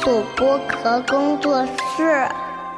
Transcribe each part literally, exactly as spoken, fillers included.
土播壳工作室。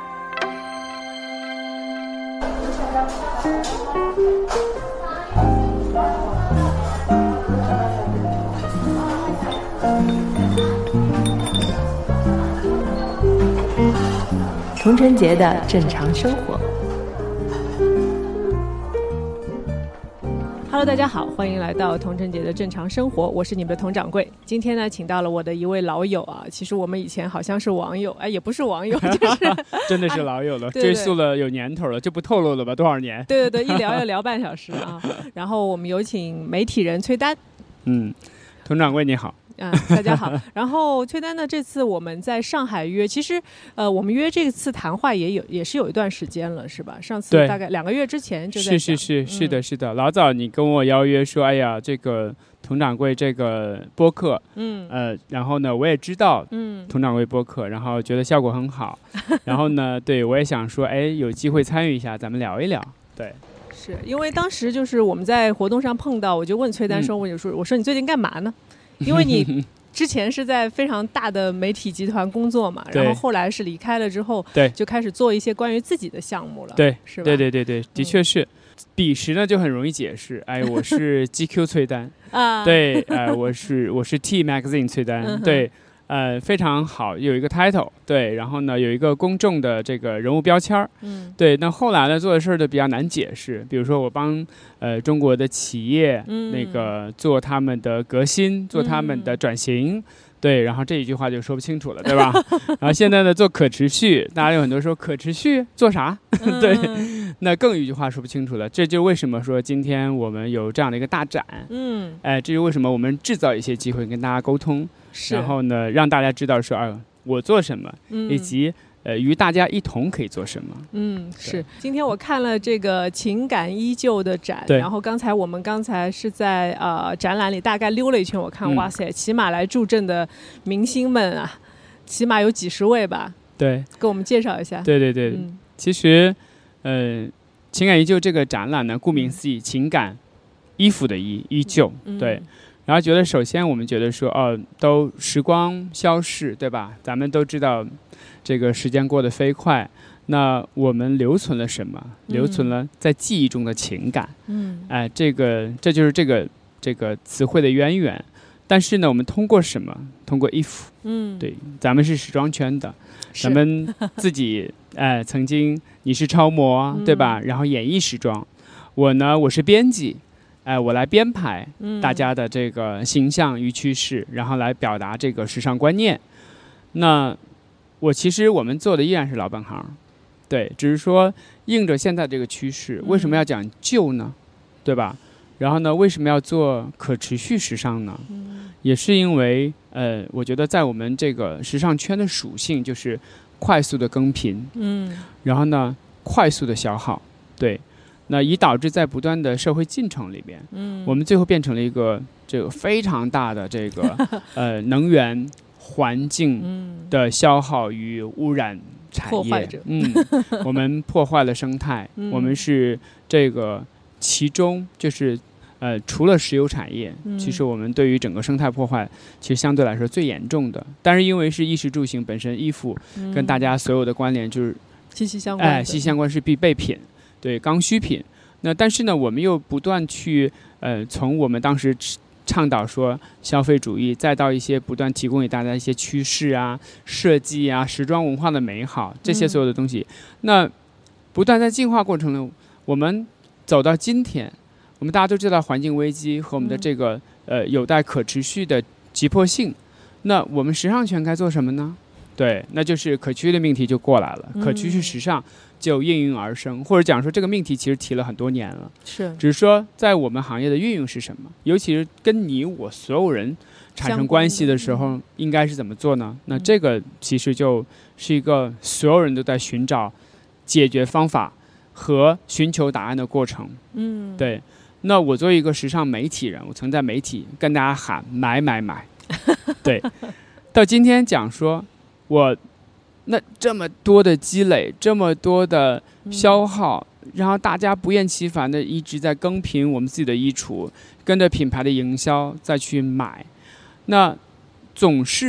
童晨杰的正常生活。Hello， 大家好，欢迎来到童晨杰的正常生活，我是你们的童掌柜。今天呢，请到了我的一位老友啊，其实我们以前好像是网友，哎，也不是网友，就是真的是老友了， 哎、对对追溯了有年头了，就不透露了吧？多少年？ 对对对，一聊要聊半小时啊。然后我们有请媒体人崔丹。 嗯，童掌柜你好。 嗯，大家好。然后崔丹呢，这次我们在上海约，其实呃，我们约这次谈话也有也是有一段时间了，是吧？上次大概两个月之前就在讲。 是是是、嗯、是的，是的。老早你跟我邀约说，哎呀，这个童掌柜这个播客，嗯呃，然后呢，我也知道，嗯，童掌柜播客，然后觉得效果很好，然后呢，对我也想说，哎，有机会参与一下，咱们聊一聊，对。 是因为当时就是我们在活动上碰到，我就问崔丹说，我就说，我说你最近干嘛呢？因为你之前是在非常大的媒体集团工作嘛，然后后来是离开了之后，对，就开始做一些关于自己的项目了， 对， 是吧？ 对对对对，的确是。嗯、彼时呢就很容易解释，哎，我是 G Q 崔丹啊，对，呃，我是我是 T Magazine 崔丹，嗯、对。呃，非常好，有一个 title， 对，然后呢，有一个公众的这个人物标签，嗯，对。那后来呢，做的事儿就比较难解释，比如说我帮呃中国的企业、嗯、那个做他们的革新，做他们的转型，嗯、对，然后这一句话就说不清楚了，对吧？然后现在呢，做可持续，大家有很多说可持续做啥？嗯、对，那更一句话说不清楚了。这就是为什么说今天我们有这样的一个大展，嗯，哎、呃，这就是为什么我们制造一些机会跟大家沟通。然后呢，让大家知道说啊，我做什么，嗯、以及呃，与大家一同可以做什么。 嗯，是。今天我看了这个情感依旧的展，然后刚才我们刚才是在呃展览里大概溜了一圈，我看、嗯、哇塞，起码来助阵的明星们啊，起码有几十位吧。 对， 给我们介绍一下。 对对对，嗯、其实呃，情感依旧这个展览呢，顾名思义，嗯、情感衣服的衣依旧，嗯、对。然后觉得，首先我们觉得说，哦，都时光消逝，对吧？咱们都知道，这个时间过得飞快。那我们留存了什么？嗯、留存了在记忆中的情感。嗯，哎、呃，这个这就是这个这个词汇的渊源。但是呢，我们通过什么？通过衣服。嗯，对，咱们是时装圈的，咱们自己哎、呃，曾经你是超模，嗯、对吧？然后演绎时装，我呢，我是编辑。哎，我来编排大家的这个形象与趋势，嗯、然后来表达这个时尚观念。那我其实我们做的依然是老本行，对，只是说应着现在这个趋势，为什么要讲旧呢？对吧？然后呢，为什么要做可持续时尚呢？嗯、也是因为呃，我觉得在我们这个时尚圈的属性就是快速的更频，嗯，然后呢，快速的消耗，对。那以导致在不断的社会进程里边，嗯，我们最后变成了一个这个非常大的这个呃能源环境的消耗与污染产业，嗯，我们破坏了生态，嗯、我们是这个其中就是呃除了石油产业，嗯、其实我们对于整个生态破坏其实相对来说最严重的，但是因为是衣食住行本身衣服跟大家所有的关联就是息息相关，哎， 息息相关是必备品。对刚需品，那但是呢，我们又不断去呃，从我们当时倡导说消费主义，再到一些不断提供给大家一些趋势啊、设计啊、时装文化的美好，这些所有的东西，嗯、那不断在进化过程中，我们走到今天，我们大家都知道环境危机和我们的这个、嗯、呃有待可持续的急迫性，那我们时尚圈该做什么呢？对，那就是可持续的命题就过来了，嗯、可持续时尚就应运而生，或者讲说这个命题其实提了很多年了， 是， 只是说在我们行业的运用是什么，尤其是跟你我所有人产生关系的时候，应该是怎么做呢？嗯、那这个其实就是一个所有人都在寻找解决方法和寻求答案的过程。嗯，对。那我作为一个时尚媒体人，我曾在媒体跟大家喊买买买，对，到今天讲说。我那这么多的积累，这么多的消耗，嗯、然后大家不厌其烦的一直在更频我们自己的衣橱，跟着品牌的营销再去买，那总是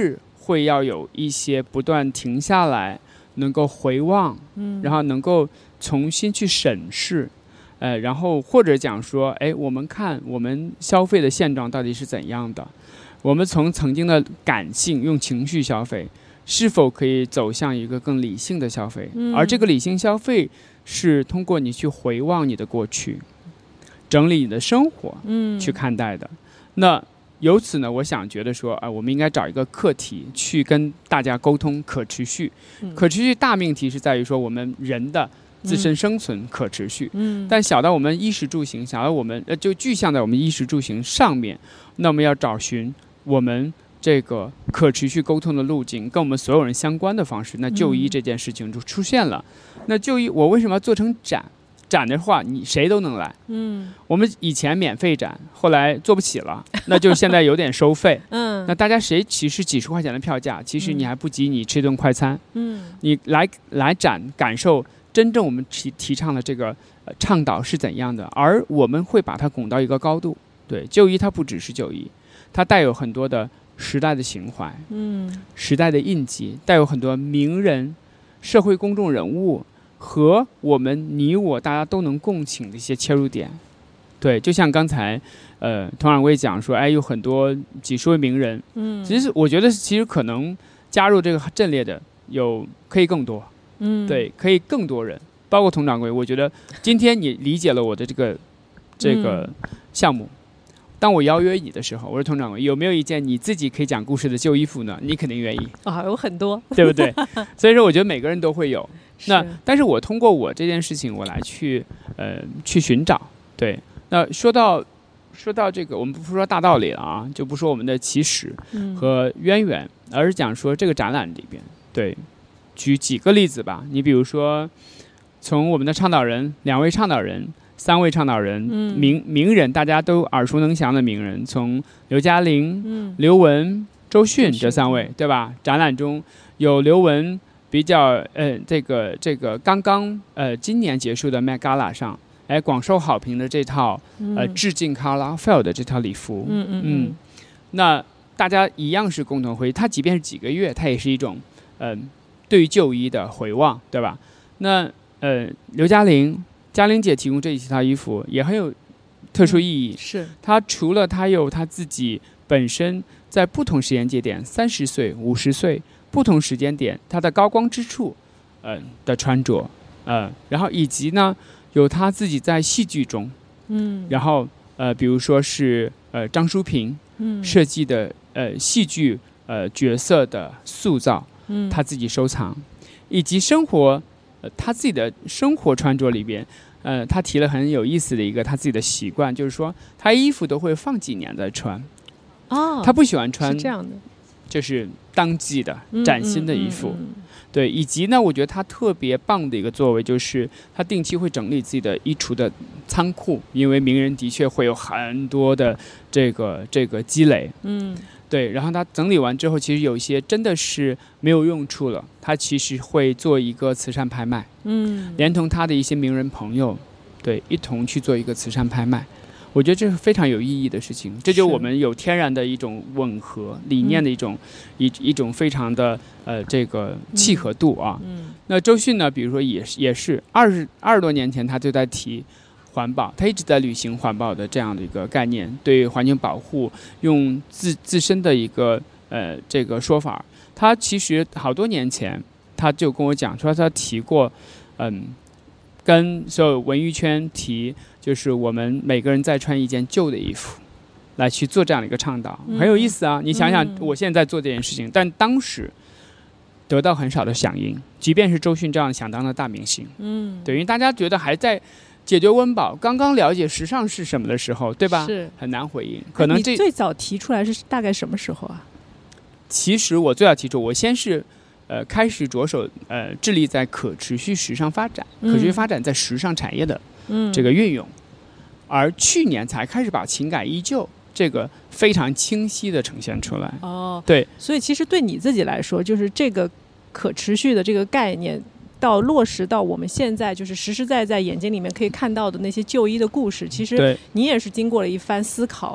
会要有一些不断停下来，能够回望，嗯，然后能够重新去审视，呃，然后或者讲说，哎，我们看我们消费的现状到底是怎样的？我们从曾经的感性用情绪消费，是否可以走向一个更理性的消费？嗯，而这个理性消费是通过你去回望你的过去，整理你的生活，嗯，去看待的。那由此呢，我想觉得说，啊、呃，我们应该找一个课题去跟大家沟通可持续。嗯、可持续大命题是在于说我们人的自身生存可持续。嗯，但小到我们衣食住行，小到我们呃就具象在我们衣食住行上面，那我们要找寻我们这个可持续沟通的路径，跟我们所有人相关的方式。那就医这件事情就出现了。嗯、那就医我为什么要做成展？展的话，你谁都能来。嗯，我们以前免费展，后来做不起了，那就现在有点收费。嗯，那大家谁其实几十块钱的票价，其实你还不及你吃一顿快餐。嗯，你来来展感受真正我们提提倡的这个、呃、倡导是怎样的，而我们会把它拱到一个高度。对，就医它不只是就医，它带有很多的时代的情怀，嗯，时代的印记，带有很多名人、社会公众人物。和我们你我大家都能共情的一些切入点。对，就像刚才呃佟掌柜讲说，哎，有很多几十位名人，嗯，其实我觉得其实可能加入这个阵列的有可以更多，嗯，对，可以更多人，包括佟掌柜。我觉得今天你理解了我的这个这个项目，当我邀约你的时候，我说佟掌柜有没有一件你自己可以讲故事的旧衣服呢？你肯定愿意啊，有很多， 对不对？所以说我觉得每个人都会有。那但是我通过我这件事情，我来去呃去寻找。对，那说到说到这个，我们不说大道理了啊，就不说我们的起始和渊源，嗯、而是讲说这个展览里边，对，举几个例子吧。你比如说，从我们的倡导人，两位倡导人，三位倡导人，嗯、名名人，大家都耳熟能详的名人，从刘嘉玲、嗯、刘文、周迅这三位，对吧？展览中有刘文。比较呃，这个这个刚刚呃今年结束的 Met Gala 上，哎广受好评的这套呃致敬卡拉菲尔的这套礼服，嗯嗯嗯，那大家一样是共同回忆，它即便是几个月，它也是一种嗯、呃、对于就医的回望，对吧？那呃刘嘉玲嘉玲姐提供这几套衣服也很有特殊意义， 嗯、是她除了她有她自己本身在不同时间节点，三十岁、五十岁。不同时间点，他的高光之处，呃的穿着，呃，然后以及呢，有他自己在戏剧中，嗯，然后呃，比如说是呃张淑平，嗯，设计的呃戏剧呃角色的塑造，嗯，他自己收藏，以及生活，呃，他自己的生活穿着里边，呃，他提了很有意思的一个他自己的习惯，就是说他衣服都会放几年再穿，哦，他不喜欢穿是这样的。 就是当季的崭新的衣服，嗯嗯嗯嗯、对，以及呢，我觉得他特别棒的一个作为就是他定期会整理自己的衣橱的仓库，因为名人的确会有很多的这个这个积累，嗯，对，然后他整理完之后，其实有一些真的是没有用处了，他其实会做一个慈善拍卖，嗯，连同他的一些名人朋友，对，一同去做一个慈善拍卖。我觉得这是非常有意义的事情，这就是我们有天然的一种吻合理念的一种、嗯、一一种非常的呃这个契合度啊。嗯嗯、那周迅呢，比如说也是也是二十二十多年前他就在提环保，他一直在履行环保的这样的一个概念，对环境保护用自自身的一个呃这个说法。他其实好多年前他就跟我讲说，他提过嗯。跟所有文娱圈提，就是我们每个人再穿一件旧的衣服，来去做这样的一个倡导，很有意思啊！你想想，我现在做这件事情，但当时得到很少的响应，即便是周迅这样响当的大明星，嗯，等于大家觉得还在解决温饱，刚刚了解时尚是什么的时候，对吧？ 是很难回应。可能这你最早提出来是大概什么时候啊？ 其实我最早提出，我先是。呃，开始着手呃致力在可持续时尚发展，嗯、可持续发展在时尚产业的这个运用，嗯、而去年才开始把情感依旧这个非常清晰的呈现出来。 哦， 对， 所以其实对你自己来说，就是这个可持续的这个概念，到落实到我们现在就是实实在在眼睛里面可以看到的那些就医的故事，其实你也是经过了一番思考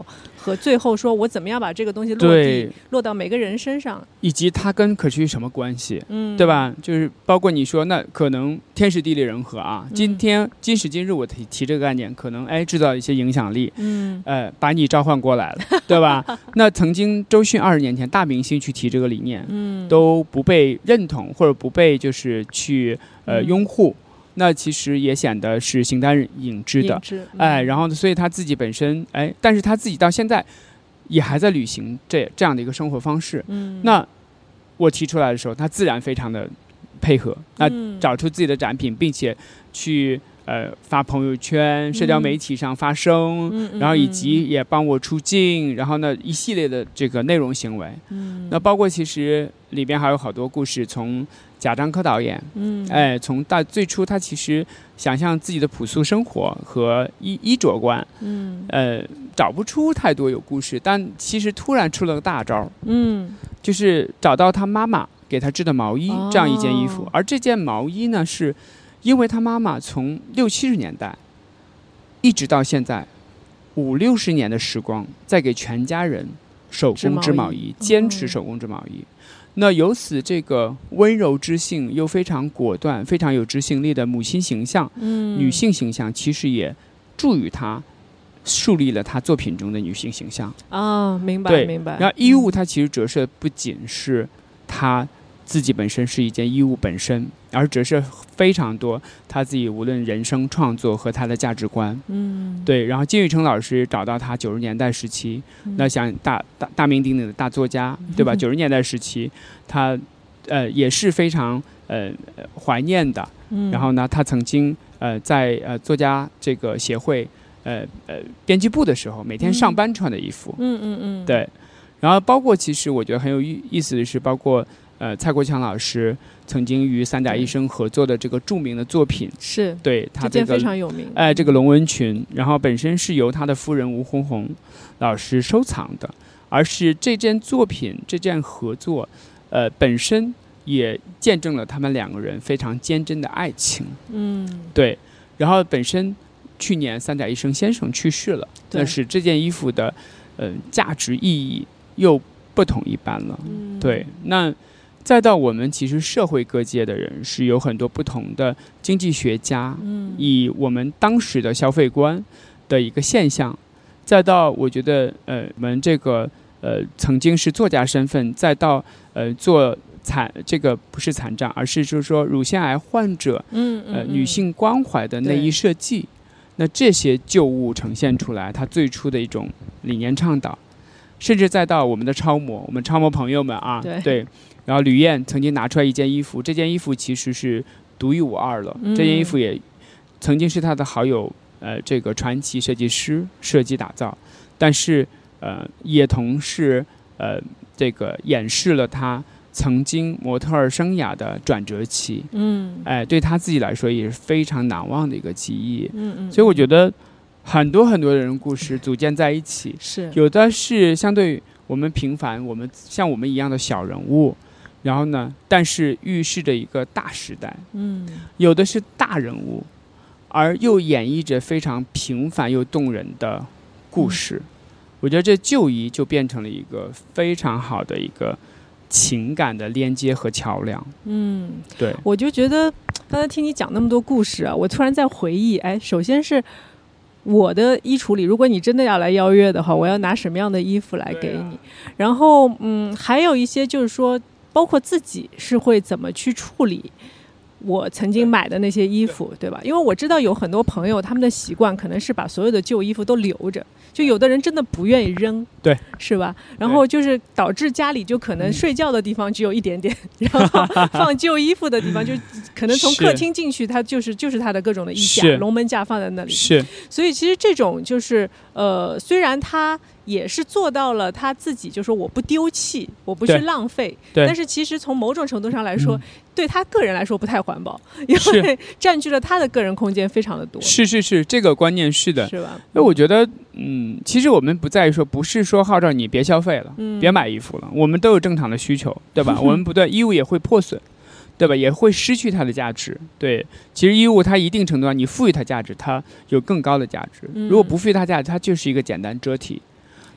和最后说我怎么样把这个东西落地落到每个人身上， 以及它跟可持续什么关系，嗯，对吧？就是包括你说，那可能天时地利人和啊，嗯、今天今时今日我提提这个概念，可能哎制造一些影响力，嗯，呃，把你召唤过来了，对吧？那曾经周迅二十年前大明星去提这个理念，嗯，都不被认同或者不被就是去呃、嗯、拥护。那其实也显得是形单影只的， 嗯、 哎，然后所以他自己本身，哎，但是他自己到现在也还在履行这这样的一个生活方式。嗯，那我提出来的时候，他自然非常的配合，那找出自己的展品，并且去呃发朋友圈、社交媒体上发声，嗯、然后以及也帮我出镜，然后呢一系列的这个内容行为。嗯，那包括其实里边还有好多故事，从贾樟柯导演，嗯，哎，从大最初他其实想象自己的朴素生活和衣衣着观，嗯，呃，找不出太多有故事，但其实突然出了个大招，嗯，就是找到他妈妈给他织的毛衣、哦、这样一件衣服，而这件毛衣呢，是因为他妈妈从六七十年代一直到现在五六十年的时光，在给全家人手工织毛衣，坚持手工织毛衣。哦，那由此这个温柔知性又非常果断非常有执行力的母亲形象、嗯、女性形象其实也助于她树立了她作品中的女性形象啊，明白对明白。 然后衣物它其实折射不仅是她自己本身是一件衣物本身，而折射非常多他自己无论人生创作和他的价值观。嗯，对。然后金宇澄老师找到他九十年代时期，嗯、那像大大大名鼎鼎的大作家，对吧？九十、嗯、年代时期，他呃也是非常呃怀念的。嗯，然后呢，他曾经呃在呃作家这个协会呃呃编辑部的时候，每天上班穿的衣服。嗯嗯嗯，对。然后包括其实我觉得很有意思的是，包括。呃，蔡国强老师曾经与三甲医生合作的这个著名的作品， 是对他这个非常有名。 哎、呃，这个龙纹裙，然后本身是由他的夫人吴红红老师收藏的，而是这件作品、这件合作，呃，本身也见证了他们两个人非常坚贞的爱情。嗯，对。然后本身去年三甲医生先生去世了，但是这件衣服的呃价值意义又不同一般了。嗯，对，那。再到我们其实社会各界的人是有很多不同的经济学家，嗯，以我们当时的消费观的一个现象，再到我觉得呃我们这个呃曾经是作家身份，再到呃做残这个不是残障，而是就是说乳腺癌患者，嗯呃女性关怀的内衣设计，那这些旧物呈现出来，它最初的一种理念倡导，甚至再到我们的超模，我们超模朋友们啊，对。对然后吕燕曾经拿出来一件衣服，这件衣服其实是独一无二了。嗯、这件衣服也曾经是他的好友，呃，这个传奇设计师设计打造，但是呃，也同时呃，这个演示了他曾经模特儿生涯的转折期。嗯，哎，对他自己来说也是非常难忘的一个记忆。嗯嗯。所以我觉得很多很多的人故事组建在一起， 是有的是相对我们平凡，我们像我们一样的小人物。然后呢？但是预示着一个大时代，嗯，有的是大人物，而又演绎着非常平凡又动人的故事。嗯、我觉得这旧衣就变成了一个非常好的一个情感的连接和桥梁。嗯，对， 我就觉得刚才听你讲那么多故事啊，我突然在回忆，哎，首先是我的衣橱里，如果你真的要来邀约的话，我要拿什么样的衣服来给你？啊、然后，嗯，还有一些就是说。包括自己是会怎么去处理我曾经买的那些衣服，对吧？因为我知道有很多朋友他们的习惯可能是把所有的旧衣服都留着，就有的人真的不愿意扔， 对， 是吧？然后就是导致家里就可能睡觉的地方只有一点点，然后放旧衣服的地方就可能从客厅进去，它就是就是它的各种的衣架、龙门架放在那里。 是， 所以其实这种就是呃，虽然它也是做到了他自己，就说我不丢弃，我不去浪费，但是其实从某种程度上来说，嗯、对他个人来说不太环保，因为占据了他的个人空间非常的多。 是是是，这个观念是的， 是吧？ 那我觉得，嗯，其实我们不在于说，不是说号召你别消费了，嗯、别买衣服了，我们都有正常的需求，对吧？我们不对，衣物也会破损。对吧？也会失去它的价值。对，其实衣物它一定程度上，你赋予它价值，它有更高的价值。如果不赋予它价值，它就是一个简单遮体。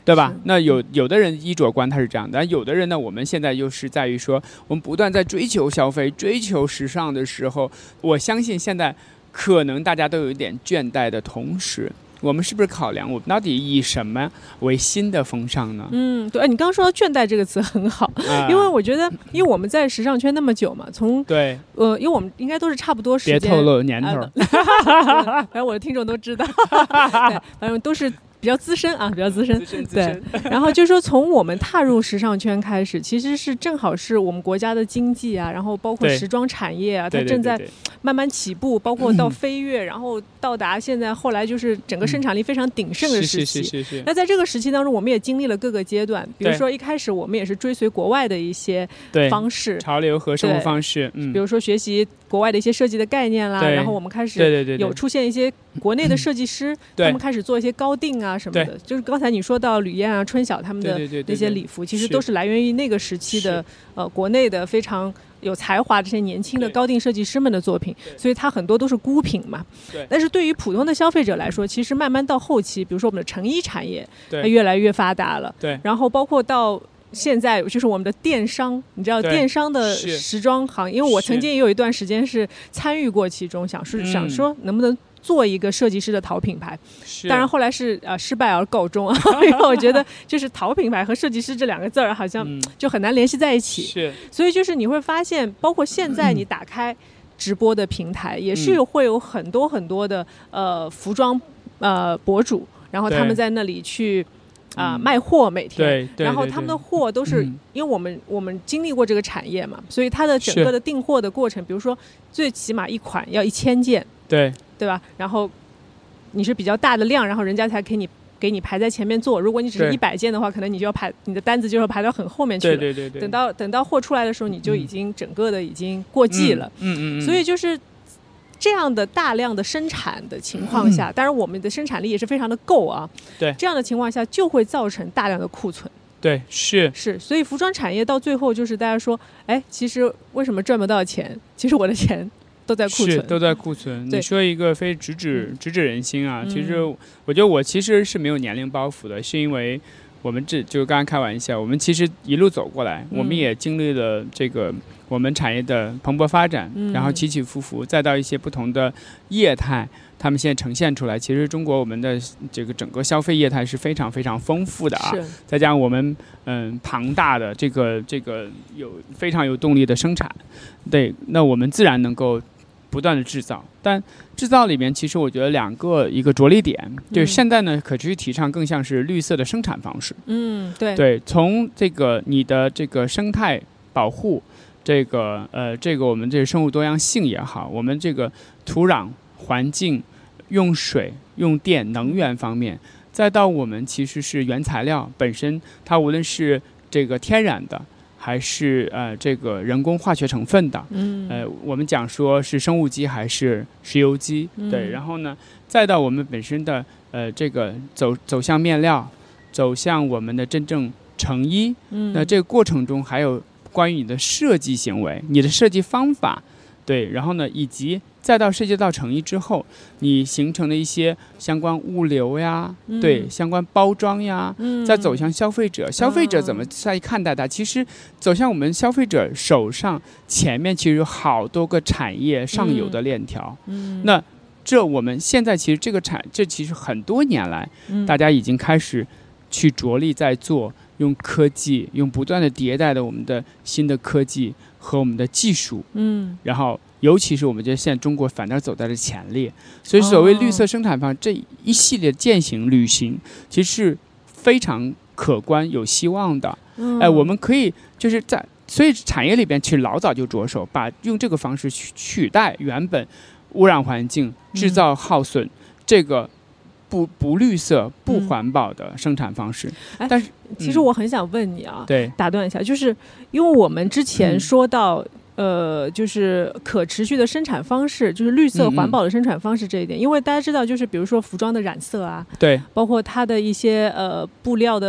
对吧？那有有的人衣着观他是这样的，但有的人呢，我们现在又是在于说，我们不断在追求消费、追求时尚的时候，我相信现在可能大家都有一点倦怠的同时。我们是不是考量我们到底以什么为新的风尚呢？ 嗯，对，你刚刚说到倦怠这个词很好，啊、因为我觉得，因为我们在时尚圈那么久嘛，从对， 呃，因为我们应该都是差不多时间， 别透露年头， 啊、反正我的听众都知道，对，反正都是。比较资深啊，比较资深， 资深资深对。然后就是说，从我们踏入时尚圈开始，其实是正好是我们国家的经济啊，然后包括时装产业啊，它正在慢慢起步，包括到飞跃，然后到达现在后来就是整个生产力非常鼎盛的时期。 是是是是是。 那在这个时期当中，我们也经历了各个阶段，比如说一开始我们也是追随国外的一些方式、 潮流和生活方式，嗯， 比如说学习国外的一些设计的概念啦，然后我们开始有出现一些国内的设计师，他们开始做一些高定啊什么的，就是刚才你说到吕燕啊、春晓他们的那些礼服，其实都是来源于那个时期的呃国内的非常有才华这些年轻的高定设计师们的作品，所以它很多都是孤品嘛。但是对于普通的消费者来说，其实慢慢到后期，比如说我们的成衣产业，它越来越发达了， 对， 然后包括到现在就是我们的电商，你知道电商的时装行业，因为我曾经也有一段时间是参与过其中，想是、嗯、想说能不能做一个设计师的淘品牌，当然后来是呃失败而告终啊，因为我觉得就是淘品牌和设计师这两个字儿好像就很难联系在一起， 是， 所以就是你会发现，包括现在你打开直播的平台，嗯、也是会有很多很多的呃服装呃博主，然后他们在那里去。啊、呃，卖货每天， 对对， 然后他们的货都是、嗯、因为我们我们经历过这个产业嘛，所以它的整个的订货的过程，比如说最起码一款要一千件， 对对吧？然后你是比较大的量，然后人家才给你给你排在前面做。如果你只是一百件的话，可能你就要排你的单子就要排到很后面去了。 对对对对， 等到等到货出来的时候，你就已经整个的已经过季了。 嗯嗯嗯， 所以就是这样的大量的生产的情况下，当然我们的生产力也是非常的够啊。 对， 这样的情况下就会造成大量的库存。 对，是是，所以服装产业到最后就是大家说，哎，其实为什么赚不到钱？其实我的钱都在库存， 是都在库存。你说一个非直指直指人心啊！其实我觉得我其实是没有年龄包袱的，是因为我们这就刚刚开玩笑，我们其实一路走过来，我们也经历了这个。我们产业的蓬勃发展，然后起起伏伏，再到一些不同的业态，他们现在呈现出来。其实中国我们的这个整个消费业态是非常非常丰富的啊，再加上我们嗯庞大的这个这个有非常有动力的生产，对，那我们自然能够不断的制造。但制造里面，其实我觉得两个一个着力点，就是现在呢，可持续提倡更像是绿色的生产方式。 嗯，对， 对，从这个你的这个生态保护。这个呃，这个我们这个生物多样性也好，我们这个土壤环境、用水、用电、能源方面，再到我们其实是原材料本身，它无论是这个天然的，还是呃这个人工化学成分的， 嗯， 呃，我们讲说是生物基还是石油基， 嗯、 对，然后呢，再到我们本身的呃这个走走向面料，走向我们的真正成衣， 嗯， 那这个过程中还有。关于你的设计行为，你的设计方法，对，然后呢，以及再到设计到成衣之后，你形成的一些相关物流呀， 嗯、 对，相关包装呀， 嗯、 再走向消费者，消费者怎么在看待它？嗯、其实走向我们消费者手上，前面其实有好多个产业上游的链条。 嗯， 那这我们现在其实这个产，这其实很多年来， 嗯、 大家已经开始去着力在做。用科技，用不断的迭代的我们的新的科技和我们的技术， 嗯， 然后尤其是我们觉得现在中国反倒走在了前列，所以所谓绿色生产方、哦、这一系列践行旅行，其实是非常可观、有希望的。 嗯、 哎，我们可以就是在所以产业里边，其实老早就着手把用这个方式去取代原本污染环境、制造耗损、嗯、这个。不不绿色、不环保的生产方式， 嗯、 但是、 嗯、其实我很想问你啊， 对， 打断一下，就是因为我们之前说到，嗯、呃，就是可持续的生产方式，就是绿色环保的生产方式这一点，嗯嗯因为大家知道，就是比如说服装的染色啊， 对， 包括它的一些呃布料的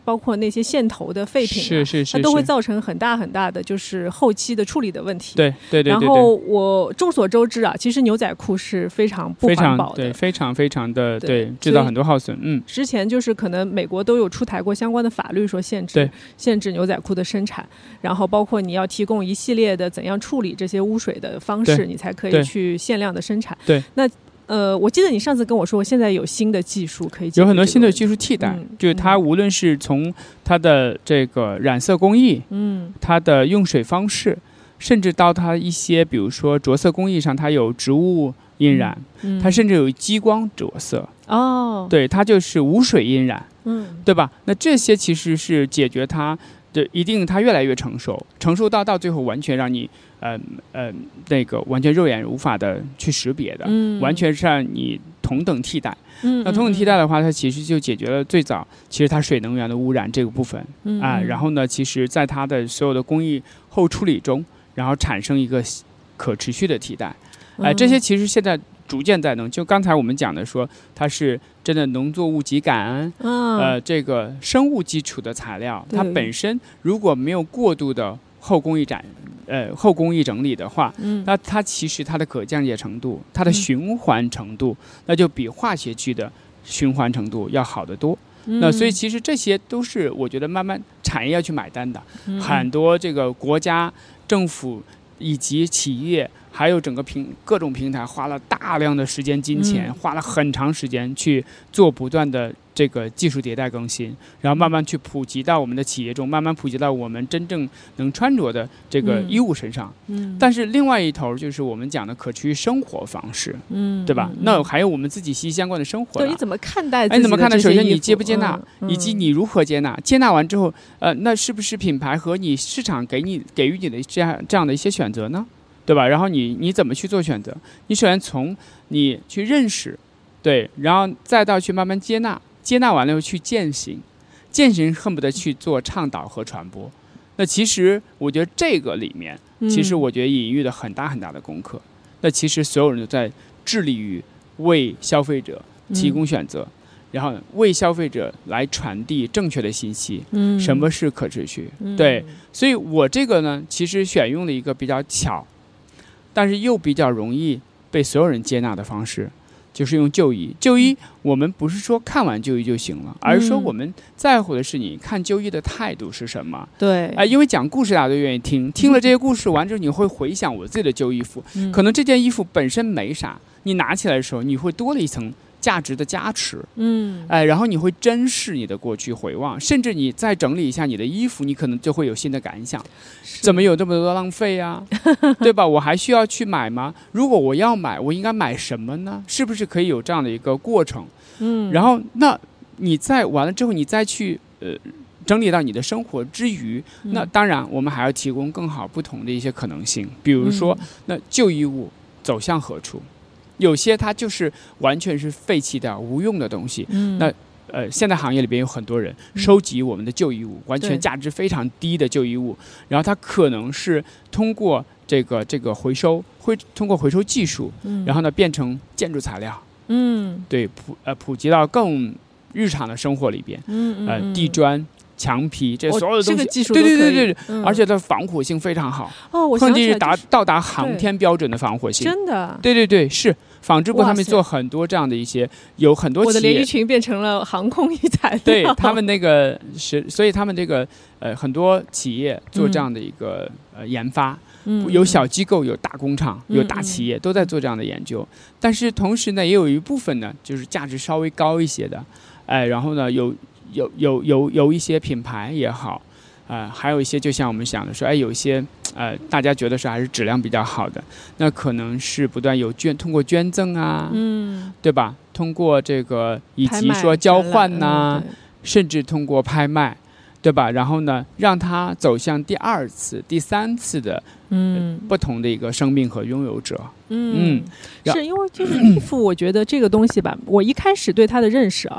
包括那些线头的废品、啊， 是是是， 它都会造成很大很大的就是后期的处理的问题。 对对 对, 对, 对。 然后我众所周知啊，其实牛仔裤是非常不环保的， 对，非常非常的 对, 对，制造很多耗损。嗯， 之前就是可能美国都有出台过相关的法律，说限制限制牛仔裤的生产，然后包括你要提供一系列的怎样处理这些污水的方式，你才可以去限量的生产。 对， 那。呃，我记得你上次跟我说，现在有新的技术可以解决， 有很多新的技术替代， 嗯、 就是它无论是从它的这个染色工艺， 嗯， 它的用水方式，甚至到它一些比如说着色工艺上，它有植物印染， 嗯、 它甚至有激光着色。 哦， 对，它就是无水印染， 嗯， 对吧？那这些其实是解决它的一定，它越来越成熟，成熟到到最后完全让你。呃呃，那个完全肉眼无法的去识别的， 嗯， 完全是让你同等替代。 嗯， 那同等替代的话，它其实就解决了最早其实它水能源的污染这个部分， 嗯啊，然后呢，其实在它的所有的工艺后处理中，然后产生一个可持续的替代。哎、呃，这些其实现在逐渐在能，就刚才我们讲的说，它是真的农作物基苷， 嗯、 呃，这个生物基础的材料，它本身如果没有过度的后工艺展。呃，后工艺整理的话， 嗯， 那它其实它的可降解程度、它的循环程度，嗯、那就比化学区的循环程度要好得多。 嗯、 那所以其实这些都是我觉得慢慢产业要去买单的， 嗯、 很多这个国家、政府以及企业，还有整个平各种平台，花了大量的时间、金钱， 嗯、 花了很长时间去做不断的。这个技术迭代更新，然后慢慢去普及到我们的企业中，慢慢普及到我们真正能穿着的这个衣物身上。 嗯， 但是另外一头就是我们讲的可持续生活方式， 嗯， 对吧？ 嗯、 那还有我们自己息息相关的生活。 对，你怎么看待？ 哎，你怎么看待？首先你接不接纳， 嗯、 以及你如何接纳？接纳完之后，呃，那是不是品牌和你市场给你给予你的这样这样的一些选择呢？对吧？然后你你怎么去做选择？你首先从你去认识，对，然后再到去慢慢接纳。接纳完了后去践行，践行恨不得去做倡导和传播。那其实我觉得这个里面，其实我觉得隐喻了很大很大的功课。嗯、那其实所有人都在致力于为消费者提供选择，嗯、然后为消费者来传递正确的信息。 嗯， 什么是可持续？ 嗯、 对，所以我这个呢，其实选用了一个比较巧，但是又比较容易被所有人接纳的方式。就是用就医，就医我们不是说看完就医就行了，而是说我们在乎的是你看就医的态度是什么。 对， 哎、呃，因为讲故事大家都愿意听，听了这些故事完之后，你会回想我自己的旧衣服， 嗯、 可能这件衣服本身没啥，你拿起来的时候，你会多了一层价值的加持。 嗯， 哎、呃，然后你会珍视你的过去，回望，甚至你再整理一下你的衣服，你可能就会有新的感想。怎么有这么多浪费啊？对吧？我还需要去买吗？如果我要买，我应该买什么呢？是不是可以有这样的一个过程？ 嗯， 然后那你再完了之后，你再去呃整理到你的生活之余， 嗯、 那当然我们还要提供更好不同的一些可能性，比如说、 嗯、 那旧衣物走向何处？有些它就是完全是废弃掉无用的东西， 嗯， 那。呃，现在行业里边有很多人收集我们的旧衣物， 嗯、 完全价值非常低的旧衣物，然后它可能是通过这个这个回收，会通过回收技术， 嗯、 然后呢变成建筑材料， 嗯， 对，普呃普及到更日常的生活里边， 嗯嗯、 呃地砖。墙皮这所有的东西， 哦、这个技术对对对对对， 嗯、 而且它防火性非常好。 哦，我甚至想起来、就是、 达到达航天标准的防火性。 真的？ 对对对，是纺织部他们做很多这样的一些，有很多企业。 我的连衣裙变成了航空衣材料。 对他们那个是，所以他们这个呃很多企业做这样的一个、嗯、呃研发。 嗯、 有小机构，有大工厂， 嗯、 有大企业、嗯、都在做这样的研究，但是同时呢，也有一部分呢，就是价值稍微高一些的，哎，然后呢，有有有有有一些品牌也好，呃，还有一些就像我们想的说，哎，有一些呃，大家觉得说还是质量比较好的，那可能是不断有捐通过捐赠啊， 嗯， 对吧？通过这个以及说交换呐、啊嗯，甚至通过拍卖。对吧？然后呢，让它走向第二次、第三次的， 嗯， 不同的一个生命和拥有者。 嗯，嗯是因为就是衣服，我觉得这个东西吧，我一开始对它的认识啊，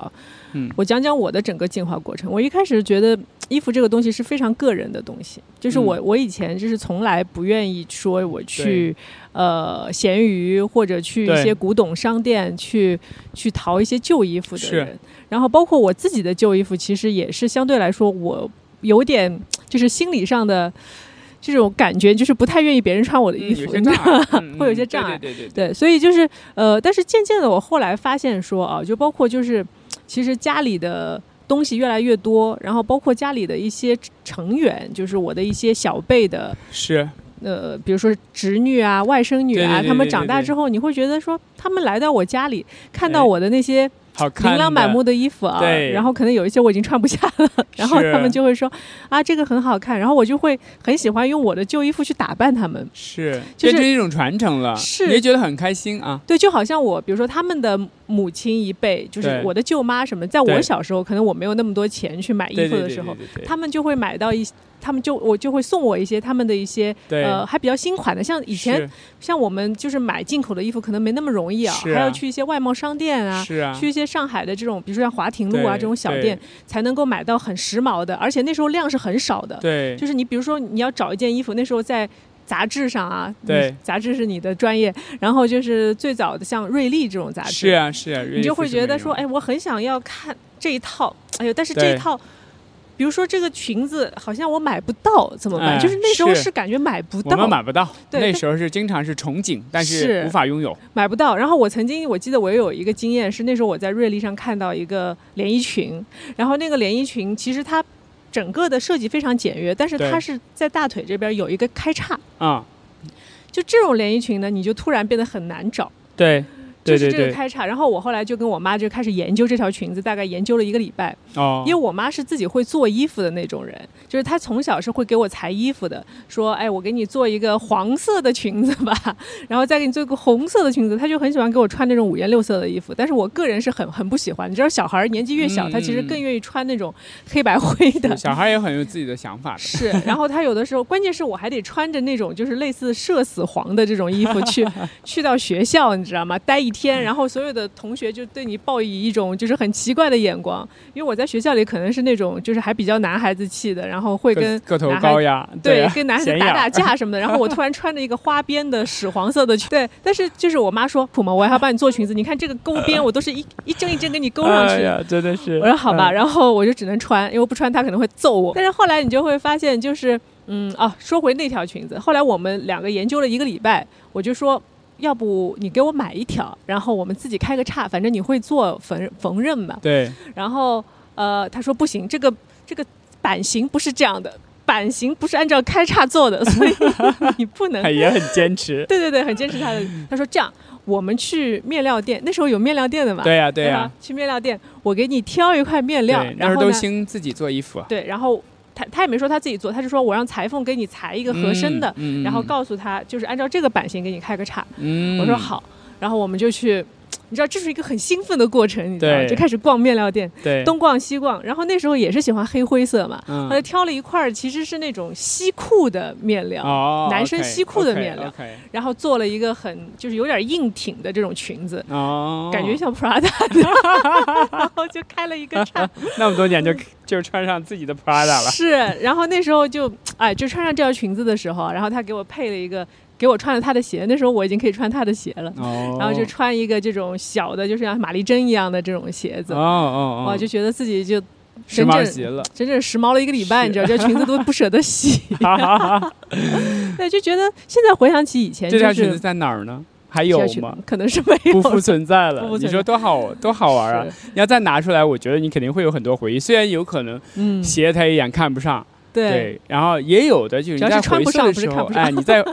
嗯， 我讲讲我的整个进化过程。我一开始觉得衣服这个东西是非常个人的东西，就是我、嗯、我以前就是从来不愿意说我去呃闲鱼或者去一些古董商店去去淘一些旧衣服的人，然后包括我自己的旧衣服，其实也是相对来说我有点就是心理上的这种感觉，就是不太愿意别人穿我的衣服， 嗯、有会有些障碍。 对对对对, 对, 对，所以就是呃，但是渐渐的，我后来发现说啊，就包括就是其实家里的东西越来越多，然后包括家里的一些成员，就是我的一些小辈的， 是呃，比如说侄女啊、外甥女啊， 对对对对对对， 他们长大之后，你会觉得说，他们来到我家里，看到我的那些琳琅满目的衣服啊，然后可能有一些我已经穿不下了，然后他们就会说啊，这个很好看，然后我就会很喜欢用我的旧衣服去打扮他们， 是， 就是变成一种传承了， 是， 你也觉得很开心啊。 对，就好像我，比如说他们的母亲一辈，就是我的舅妈什么，在我小时候，可能我没有那么多钱去买衣服的时候，他们就会买到一。他们就我就会送我一些他们的一些呃还比较新款的，像以前像我们就是买进口的衣服可能没那么容易啊， 啊还要去一些外贸商店啊， 啊去一些上海的这种比如说像华亭路啊这种小店才能够买到很时髦的，而且那时候量是很少的。 对， 就是你比如说你要找一件衣服，那时候在杂志上啊， 对， 杂志是你的专业，然后就是最早的像瑞丽这种杂志， 是啊是啊， 你就会觉得说，哎，我很想要看这一套，哎呦，但是这一套。比如说这个裙子好像我买不到怎么办、哎、就是那时候是感觉买不到， 我们买不到， 对， 那时候是经常是憧憬，但是无法拥有， 买不到。然后我曾经我记得我有一个经验是那时候我在瑞丽上看到一个连衣裙，然后那个连衣裙其实它整个的设计非常简约，但是它是在大腿这边有一个开叉啊、嗯，就这种连衣裙呢你就突然变得很难找， 对， 就是这个开叉。然后我后来就跟我妈就开始研究这条裙子，大概研究了一个礼拜。哦，因为我妈是自己会做衣服的那种人，就是她从小是会给我裁衣服的，说哎我给你做一个黄色的裙子吧，然后再给你做一个红色的裙子。她就很喜欢给我穿那种五颜六色的衣服，但是我个人是很很不喜欢。你知道小孩年纪越小、嗯、他其实更愿意穿那种黑白灰的， 小孩也很有自己的想法的。 是，然后他有的时候关键是我还得穿着那种就是类似社死黄的这种衣服去去到学校，你知道吗？待一天，然后所有的同学就对你报以一种就是很奇怪的眼光，因为我在学校里可能是那种就是还比较男孩子气的，然后会跟个头高呀， 对， 对啊、 跟男孩子打打架什么的。然后我突然穿着一个花边的屎黄色的裙，对，但是就是我妈说普嘛，我还要帮你做裙子，你看这个钩边我都是一一针一针给你钩上去， 哎呀，真的是。 我说好吧、嗯，然后我就只能穿，因为不穿他可能会揍我。但是后来你就会发现，就是嗯啊，说回那条裙子，后来我们两个研究了一个礼拜，我就说。要不你给我买一条，然后我们自己开个叉，反正你会做缝缝纫嘛。 对。 然后呃，他说不行，这个这个版型不是这样的，版型不是按照开叉做的，所以你不能。 他也很坚持。 对对对，很坚持他的。他说这样，我们去面料店，那时候有面料店的嘛。 对呀、啊、对呀、 啊。去面料店，我给你挑一块面料。 那时候都兴自己做衣服。 对，然后。他, 他也没说他自己做，他就说我让裁缝给你裁一个合身的、 嗯嗯、 然后告诉他就是按照这个版型给你开个叉、 嗯、 我说好，然后我们就去，你知道这是一个很兴奋的过程，你知道就开始逛面料店， 对， 东逛西逛，然后那时候也是喜欢黑灰色嘛， 嗯、 我就挑了一块其实是那种西裤的面料、 哦、 男生西裤的面料、 okay, okay, okay. 然后做了一个很就是有点硬挺的这种裙子、 哦、 感觉像 Prada 的然后就开了一个叉那么多年就就穿上自己的 Prada 了。 是，然后那时候就哎就穿上这条裙子的时候，然后他给我配了一个给我穿了他的鞋，那时候我已经可以穿他的鞋了、 哦、 然后就穿一个这种小的就是像玛丽珍一样的这种鞋子， 哦哦哦，就觉得自己就时髦鞋了， 真正时髦了一个礼拜，你知道这裙子都不舍得洗对，就觉得现在回想起以前、就是、 这条裙子在哪儿呢？还有吗？ 可能是没有， 不复存在了。 不复存在， 你说多好多好玩啊！你要再拿出来，我觉得你肯定会有很多回忆。虽然有可能斜他一眼看不上， 嗯、对, 对，然后也有的就是你在回溯的时候，哎，你在不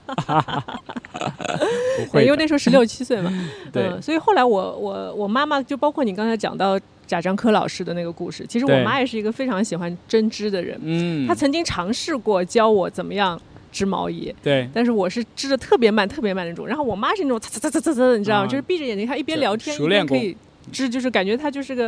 会， 因为那时候十六七岁嘛， 对、 嗯，所以后来我我我妈妈就包括你刚才讲到贾樟柯老师的那个故事，其实我妈也是一个非常喜欢针织的人， 嗯， 她曾经尝试过教我怎么样。织毛衣， 对， 但是我是织的特别慢特别慢那种，然后我妈是那种擦擦擦擦擦擦，你知道吗、啊、就是闭着眼睛，她一边聊天一边可以织，就是感觉她就是个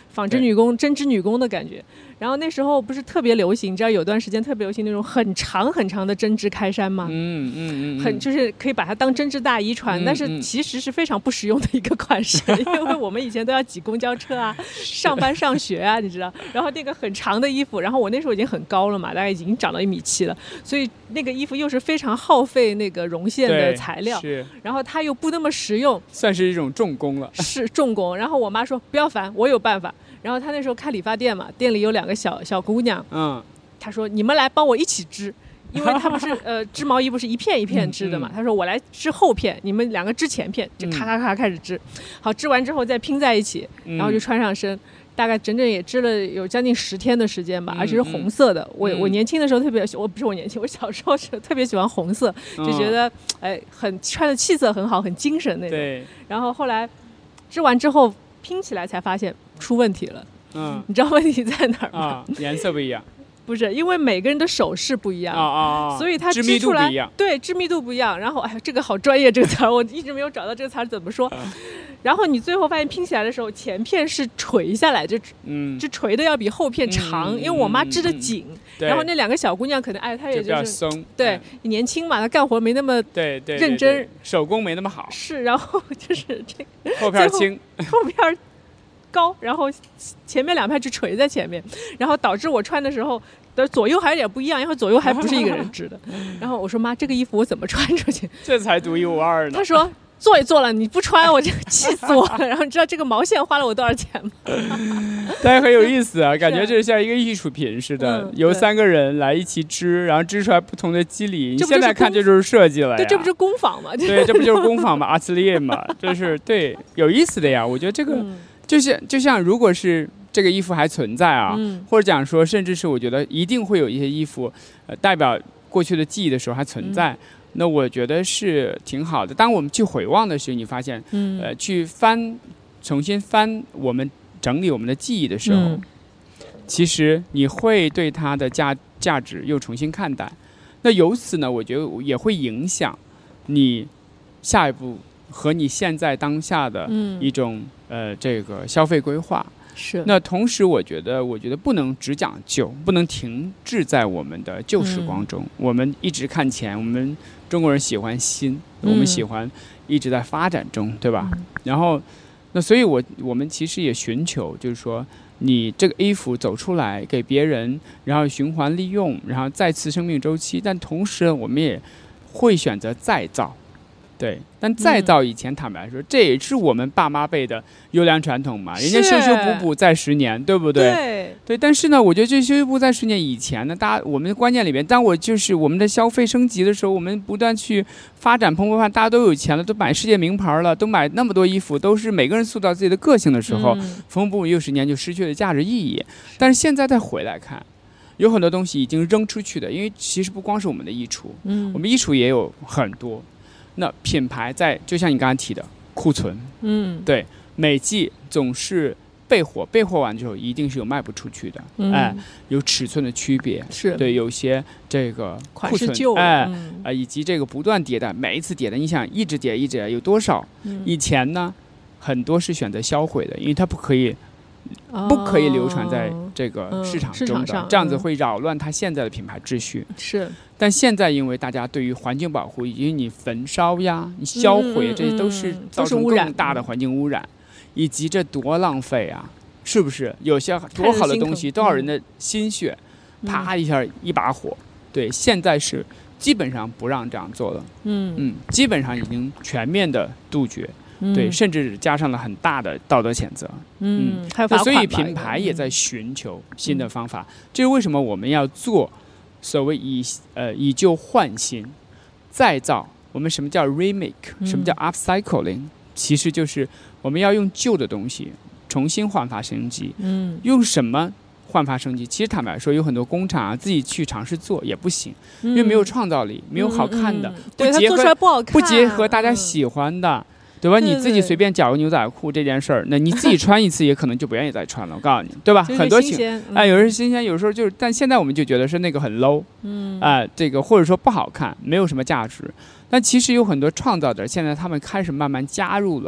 纺织女工、针织女工的感觉。然后那时候不是特别流行，你知道有段时间特别流行那种很长很长的针织开衫吗？ 嗯嗯嗯， 很就是可以把它当针织大衣穿， 嗯、 但是其实是非常不实用的一个款式，因为我们以前都要挤公交车啊，上班上学啊，你知道。然后那个很长的衣服，然后我那时候已经很高了嘛，大概已经长到一米七了，所以那个衣服又是非常耗费那个绒线的材料，然后它又不那么实用， 算是一种重工了。 是重工。然后我妈说不要烦，我有办法。然后她那时候开理发店嘛，店里有两个小小姑娘， 嗯， 她说你们来帮我一起织，因为她不是呃织毛衣不是一片一片织的嘛，她说我来织后片，你们两个织前片，就咔咔咔开始织，好，织完之后再拼在一起，然后就穿上身。大概整整也织了有将近十天的时间吧，而且是红色的。我我年轻的时候特别，我不是我年轻，我小时候是特别喜欢红色，就觉得哎很穿的气色很好，很精神那种。对。然后后来织完之后拼起来才发现出问题了。嗯。你知道问题在哪儿吗？ 啊，颜色不一样。 不是，因为每个人的手势不一样啊啊， 所以它织出来对织密度不一样。然后哎呀，这个好专业这个词儿，我一直没有找到这个词儿怎么说。然后你最后发现拼起来的时候，前片是垂下来，就嗯，就垂的要比后片长，嗯、因为我妈织的紧、嗯。然后那两个小姑娘可能哎，她也就是松， 对、嗯，年轻嘛，她干活没那么对对认真， 手工没那么好。 是，然后就是这个后片轻， 后片高，然后前面两片就垂在前面，然后导致我穿的时候。左右还有点不一样，因为左右还不是一个人织的。然后我说妈，这个衣服我怎么穿出去？ 这才独一无二呢。 他说做也做了，你不穿我就气死我了。然后你知道这个毛线花了我多少钱吗？ 但是很有意思啊，感觉就像一个艺术品似的，嗯、由三个人来一起织，然后织出来不同的肌理。你现在看这就是设计了呀。 对，这不就是工坊吗？ 对，这不就是工坊吗？阿兹列嘛，这是对有意思的呀。我觉得这个、嗯、就是就像如果是。这个衣服还存在啊、嗯，或者讲说，甚至是我觉得一定会有一些衣服，呃，代表过去的记忆的时候还存在，嗯、那我觉得是挺好的。当我们去回望的时候，你发现，嗯、呃，去翻，重新翻我们整理我们的记忆的时候，嗯、其实你会对它的价价值又重新看待。那由此呢，我觉得也会影响你下一步和你现在当下的一种、嗯、呃这个消费规划。 是。 那同时我觉得我觉得不能只讲旧，不能停滞在我们的旧时光中、嗯、我们一直看前，我们中国人喜欢新、嗯、我们喜欢一直在发展中，对吧、嗯、然后那所以我我们其实也寻求就是说你这个衣服走出来给别人，然后循环利用，然后再次生命周期，但同时我们也会选择再造。对，但再造以前、嗯、坦白说这也是我们爸妈辈的优良传统嘛，人家修修补补再十年，对不对？ 对对，但是呢我觉得这修修补补再十年以前呢，大家我们的观念里面，当我就是我们的消费升级的时候，我们不断去发展蓬勃发展，大家都有钱了，都买世界名牌了，都买那么多衣服，都是每个人塑造自己的个性的时候，缝缝补补又十年就失去了价值意义。但是现在再回来看，有很多东西已经扔出去的，因为其实不光是我们的衣橱，嗯，我们衣橱也有很多。那品牌在就像你刚才提的库存，嗯，对，每季总是备货，备货完之后一定是有卖不出去的，嗯、哎，有尺寸的区别， 是对，有些这个库存旧哎、嗯、啊，以及这个不断迭代，每一次迭代，你想一直迭一直迭有多少、嗯？以前呢，很多是选择销毁的，因为它不可以。不可以流传在这个市场中的、 嗯、 这样子会扰乱它现在的品牌秩序。 是， 但现在因为大家对于环境保护，以及你焚烧呀、你销毁，这些都是造成更大的环境污染，以及这多浪费啊！是不是？有些多好的东西，多少人的心血，啪一下一把火。对，现在是基本上不让这样做了。嗯嗯，基本上已经全面的杜绝。对，甚至加上了很大的道德谴责。 嗯，嗯还有罚款吧。 所以品牌也在寻求新的方法。嗯、这是为什么我们要做所谓以呃以旧换新、再造。我们什么叫 remake？、嗯、什么叫 upcycling？ 其实就是我们要用旧的东西重新焕发生机。嗯，用什么焕发生机？其实坦白说，有很多工厂啊自己去尝试做也不行，嗯、因为没有创造力，没有好看的， 嗯嗯、不结合不, 好看不结合大家喜欢的。嗯对吧？你自己随便绞个牛仔裤这件事儿，那你自己穿一次也可能就不愿意再穿了。我告诉你，对吧？ 就是、 很多情哎、 嗯，有时候新鲜，有时候就是，但现在我们就觉得是那个很 low， 嗯，啊、呃，这个或者说不好看，没有什么价值。但其实有很多创造者，现在他们开始慢慢加入了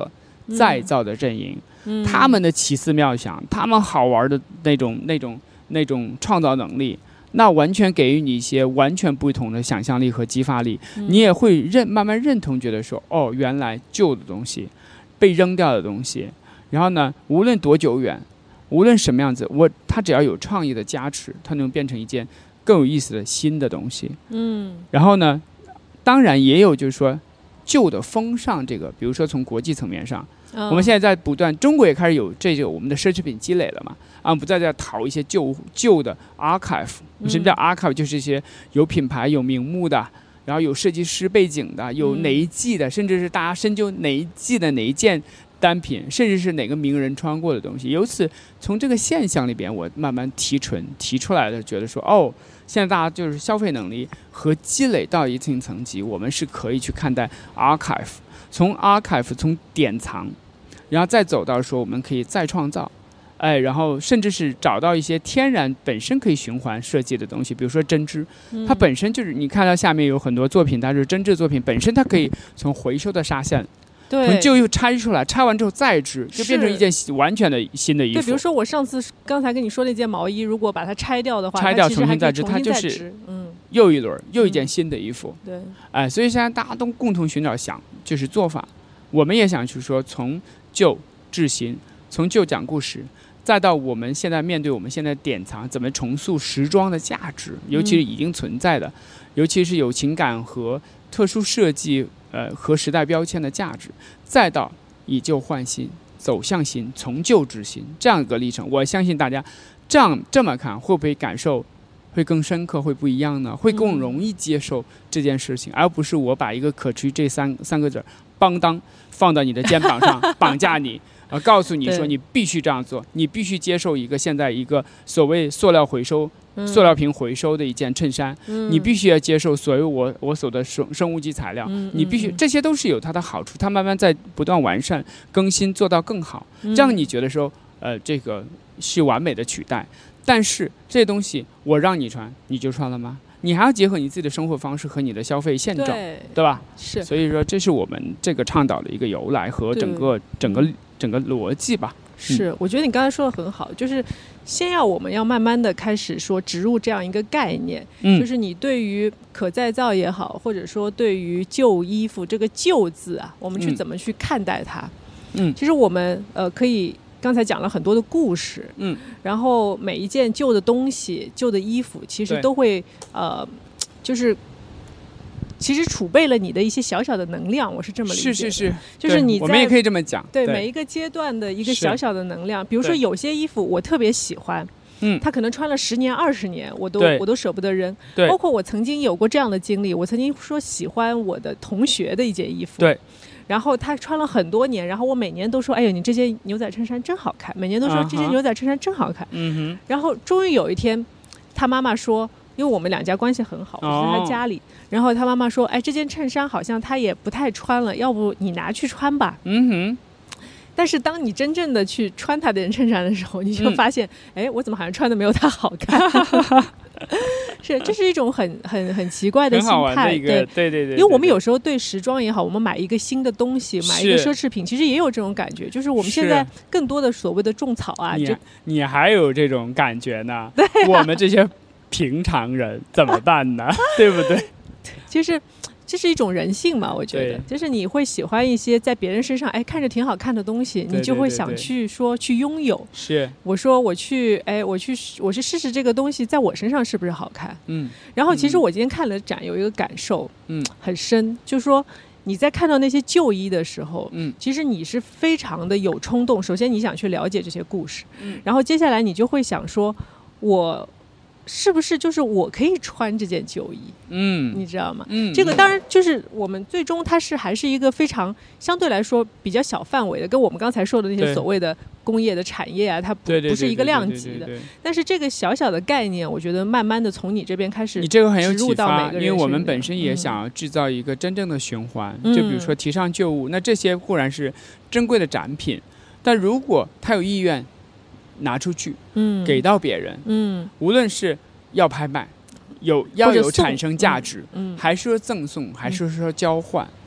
再造的阵营，嗯、他们的奇思妙想，他们好玩的那种那种那种创造能力，那完全给予你一些完全不同的想象力和激发力，嗯、你也会认慢慢认同，觉得说，哦，原来旧的东西，被扔掉的东西，然后呢，无论多久远，无论什么样子，我它只要有创意的加持，它能变成一件更有意思的新的东西。嗯，然后呢，当然也有就是说旧的风尚，这个比如说从国际层面上。Oh. 我们现在在不断，中国也开始有这个我们的奢侈品积累了嘛？啊，不再在淘一些旧旧的 archive。什么叫 archive？、嗯、就是一些有品牌、有名目的，然后有设计师背景的，有哪一季的，嗯、甚至是大家深究哪一季的哪一件单品，甚至是哪个名人穿过的东西。由此从这个现象里边，我慢慢提纯提出来的，觉得说，哦，现在大家就是消费能力和积累到一定层级，我们是可以去看待 archive。从 archive 从典藏，然后再走到说我们可以再创造，哎，然后甚至是找到一些天然本身可以循环设计的东西，比如说针织，它本身就是你看到下面有很多作品，它是针织作品，本身它可以从回收的纱线。 对， 从旧又拆出来，拆完之后再织，就变成一件完全的新的衣服。 对，比如说我上次刚才跟你说那件毛衣，如果把它拆掉的话， 拆掉重新再织，它就是嗯， 又一轮又一件新的衣服。 嗯、对， 哎，所以现在大家都共同寻找想就是做法，我们也想去说从旧至新，从旧讲故事，再到我们现在面对我们现在典藏怎么重塑时装的价值，尤其是已经存在的，嗯、尤其是有情感和特殊设计。呃，和时代标签的价值，再到以旧换新，走向新，从旧至新这样一个历程，我相信大家这样这么看，会不会感受会更深刻，会不一样呢？会更容易接受这件事情，嗯、而不是我把一个可持续这三三个字邦当放到你的肩膀上，绑架你，呃，告诉你说你必须这样做，你必须接受一个现在一个所谓塑料回收。塑料瓶回收的一件衬衫，嗯、你必须要接受所有我我所的生生物基材料，嗯、你必须这些都是有它的好处，它慢慢在不断完善更新，做到更好，嗯、这样你觉得说，呃，这个是完美的取代。但是这些东西我让你穿，你就穿了吗？你还要结合你自己的生活方式和你的消费现状，对, 对吧？ 是， 所以说这是我们这个倡导的一个由来和整个整个整个逻辑吧。 是，我觉得你刚才说的很好，就是先要我们要慢慢的开始说植入这样一个概念，嗯、就是你对于可再造也好，或者说对于旧衣服这个旧字啊，我们去怎么去看待它？嗯，其实我们呃可以刚才讲了很多的故事，嗯，然后每一件旧的东西、旧的衣服，其实都会呃，就是。其实储备了你的一些小小的能量，我是这么理解的。 是是是， 就是你在我们也可以这么讲。 对，对每一个阶段的一个小小的能量，比如说有些衣服我特别喜欢，嗯，他可能穿了十年、二十年，我都我都舍不得扔。对，包括我曾经有过这样的经历，我曾经说喜欢我的同学的一件衣服， 对， 然后他穿了很多年，然后我每年都说，哎呦，你这件牛仔衬衫真好看，每年都说、uh huh. 这件牛仔衬衫真好看。嗯哼，然后终于有一天，他妈妈说。因为我们两家关系很好，我在他家里， oh. 然后他妈妈说：“哎，这件衬衫好像他也不太穿了，要不你拿去穿吧。”嗯哼。但是当你真正的去穿他的衬衫的时候，你就发现，哎、嗯，我怎么好像穿的没有他好看？是，这是一种很很很奇怪的心态， 很好玩的一个，对对 对, 对。 因为我们有时候对时装也好，我们买一个新的东西，买一个奢侈品，其实也有这种感觉，就是我们现在更多的所谓的种草啊， 你就你还有这种感觉呢？对、啊，我们这些。平常人怎么办呢？对不对？ 就是这是一种人性嘛，我觉得，就是你会喜欢一些在别人身上哎看着挺好看的东西，你就会想去说去拥有。 是， 我说我去哎我去我去试试这个东西在我身上是不是好看？嗯。然后其实我今天看了展，有一个感受，嗯，很深，就是说你在看到那些旧衣的时候，嗯，其实你是非常的有冲动。首先你想去了解这些故事，嗯，然后接下来你就会想说，我。是不是就是我可以穿这件旧衣？嗯，你知道吗？嗯，这个当然就是我们最终它是还是一个非常相对来说比较小范围的，跟我们刚才说的那些所谓的工业的产业啊，它不不是一个量级的。但是这个小小的概念，我觉得慢慢的从你这边开始， 你这个很有启发，因为我们本身也想要制造一个真正的循环。嗯、就比如说提倡旧物，那这些固然是珍贵的展品，但如果他有意愿。拿出去，嗯，给到别人，嗯，无论是要拍卖，有要有产生价值，嗯，还是说赠送，还是说交换，嗯、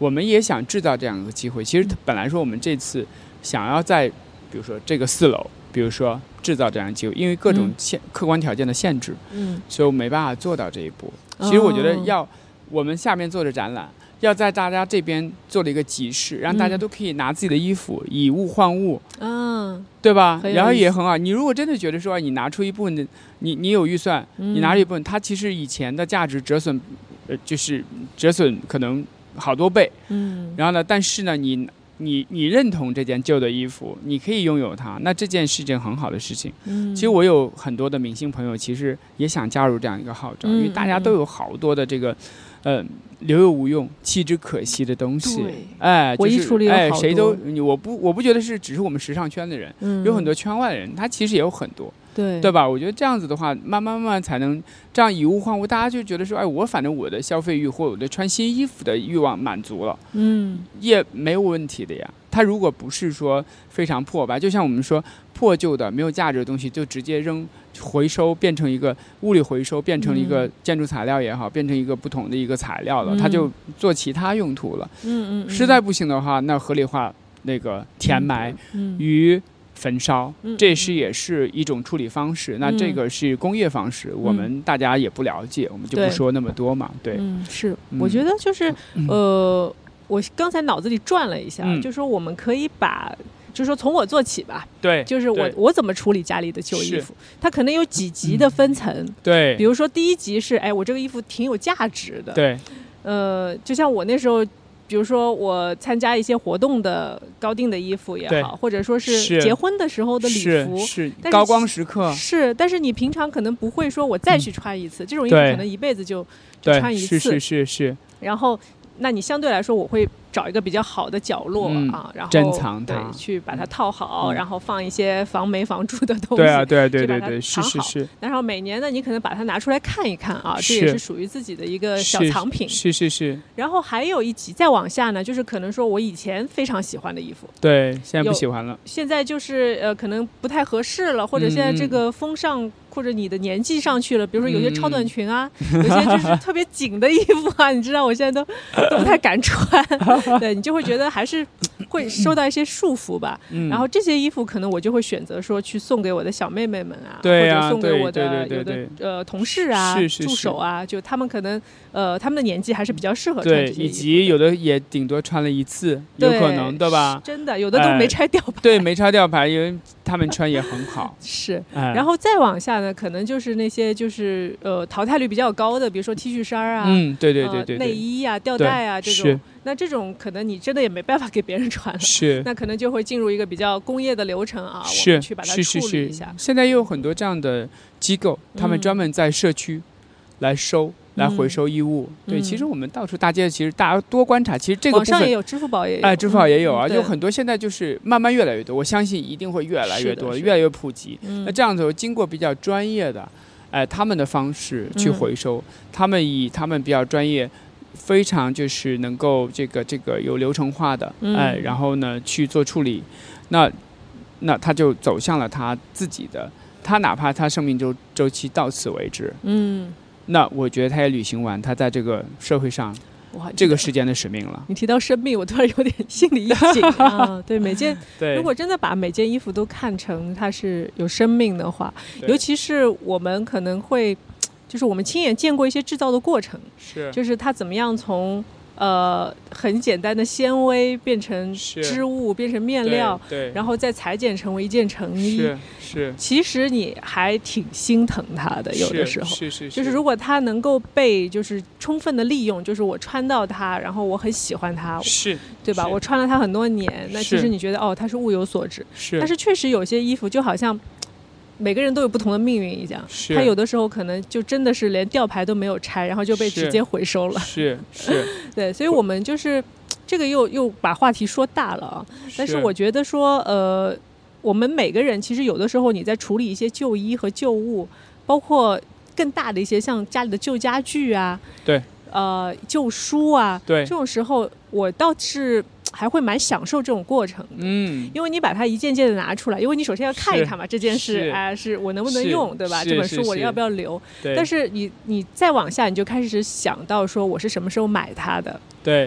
我们也想制造这样一个机会。其实本来说我们这次想要在比如说这个四楼，比如说制造这样的机会，因为各种限、嗯、客观条件的限制，嗯，所以我没办法做到这一步。其实我觉得要、哦、我们下面做的展览，要在大家这边做了一个集市，让大家都可以拿自己的衣服、嗯、以物换物，嗯，对吧？然后也很好。你如果真的觉得说你拿出一部分的，你你有预算，嗯、你拿出一部分，它其实以前的价值折损，呃，就是折损可能好多倍，嗯，然后呢，但是呢，你。你你认同这件旧的衣服，你可以拥有它，那这件是一件很好的事情。嗯，其实我有很多的明星朋友，其实也想加入这样一个号召，嗯、因为大家都有好多的这个，呃，留有无用、弃之可惜的东西。哎，就是、哎，谁都我不我不觉得是只是我们时尚圈的人，嗯、有很多圈外的人，他其实也有很多。对对吧？我觉得这样子的话，慢慢慢慢才能这样以物换物，大家就觉得说，哎，我反正我的消费欲或我的穿新衣服的欲望满足了，嗯，也没有问题的呀。它如果不是说非常破败，就像我们说破旧的没有价值的东西，就直接扔回收，变成一个物理回收，变成一个建筑材料也好，变成一个不同的一个材料了，嗯、它就做其他用途了。嗯 嗯, 嗯，实在不行的话，那合理化那个填埋与。嗯嗯焚烧，这是也是一种处理方式。嗯、那这个是工业方式，嗯、我们大家也不了解，我们就不说那么多嘛。对， 嗯，是，嗯、我觉得就是，嗯、呃，我刚才脑子里转了一下，嗯、就说我们可以把，就是说从我做起吧。 对， 就是我我怎么处理家里的旧衣服，它可能有几级的分层。嗯、 对， 比如说第一级是，哎，我这个衣服挺有价值的。 对， 呃，就像我那时候。比如说我参加一些活动的高定的衣服也好，或者说是结婚的时候的礼服， 是, 是, 是高光时刻是，但是你平常可能不会说我再去穿一次，嗯、这种衣服可能一辈子就就穿一次， 是是是是。 然后，那你相对来说，我会找一个比较好的角落、嗯、啊，然后珍藏它， 对，去把它套好，嗯、然后放一些防霉防蛀的东西， 对啊，对啊，对对对，是是是。 然后每年呢，你可能把它拿出来看一看啊，这也是属于自己的一个小藏品， 是是 是, 是。 然后还有一级再往下呢，就是可能说我以前非常喜欢的衣服， 对，现在不喜欢了， 现在就是呃可能不太合适了，或者现在这个风尚。嗯或者你的年纪上去了，比如说有些超短裙啊，嗯、有些就是特别紧的衣服啊，你知道我现在都都不太敢穿，对，你就会觉得还是会受到一些束缚吧。嗯、然后这些衣服可能我就会选择说去送给我的小妹妹们啊， 对啊或者送给我的对对对对有的呃同事啊、 是是是助手啊，就他们可能呃他们的年纪还是比较适合穿这些衣服， 对，以及有的也顶多穿了一次，有可能对吧？ 真的有的都没拆吊牌，呃、 对，没拆吊牌，因为他们穿也很好。 是，哎、然后再往下呢，可能就是那些就是呃淘汰率比较高的，比如说 T 恤衫啊， 嗯，对对对 对, 对， 内、呃、衣啊、吊带啊这种，那这种可能你真的也没办法给别人穿了， 是， 那可能就会进入一个比较工业的流程啊，我们去把它处理一下。是是是， 现在也有很多这样的机构，他们专门在社区来收。嗯来回收衣物，嗯、对，其实我们到处大街，其实大家多观察，其实这个部分网上也有，支付宝也有， 哎，支付宝也有啊，有、嗯、很多现在就是慢慢越来越多，我相信一定会越来越多，越来越普及。嗯、那这样子，经过比较专业的，哎，他们的方式去回收，嗯、他们以他们比较专业，非常就是能够这个这个有流程化的，嗯、哎，然后呢去做处理，那那他就走向了他自己的，他哪怕他生命周周期到此为止，嗯。那我觉得他也履行完他在这个社会上这个时间的使命了。 你提到生命，我突然有点心里一紧啊！对，每件如果真的把每件衣服都看成它是有生命的话，尤其是我们可能会，就是我们亲眼见过一些制造的过程， 是， 就是它怎么样从。呃，很简单的纤维变成织物，变成面料， 对，对， 然后再裁剪成为一件成衣。 是是， 其实你还挺心疼它的，有的时候是 是, 是, 是， 就是如果它能够被就是充分的利用，就是我穿到它，然后我很喜欢它， 是， 对吧？我穿了它很多年，那其实你觉得哦，它是物有所值。 是， 但是确实有些衣服就好像。每个人都有不同的命运一样，他有的时候可能就真的是连吊牌都没有拆，然后就被直接回收了。 是 是, 是， 对，所以我们就是这个又又把话题说大了啊。但是我觉得说，呃，我们每个人其实有的时候你在处理一些旧衣和旧物，包括更大的一些像家里的旧家具啊， 对， 呃，旧书啊， 对， 这种时候我倒是。还会蛮享受这种过程的，嗯，因为你把它一件件的拿出来，因为你首先要看一看嘛，这件事，哎、呃，是我能不能用，对吧？这本书我要不要留？但是你你再往下，你就开始想到说我是什么时候买它的， 对，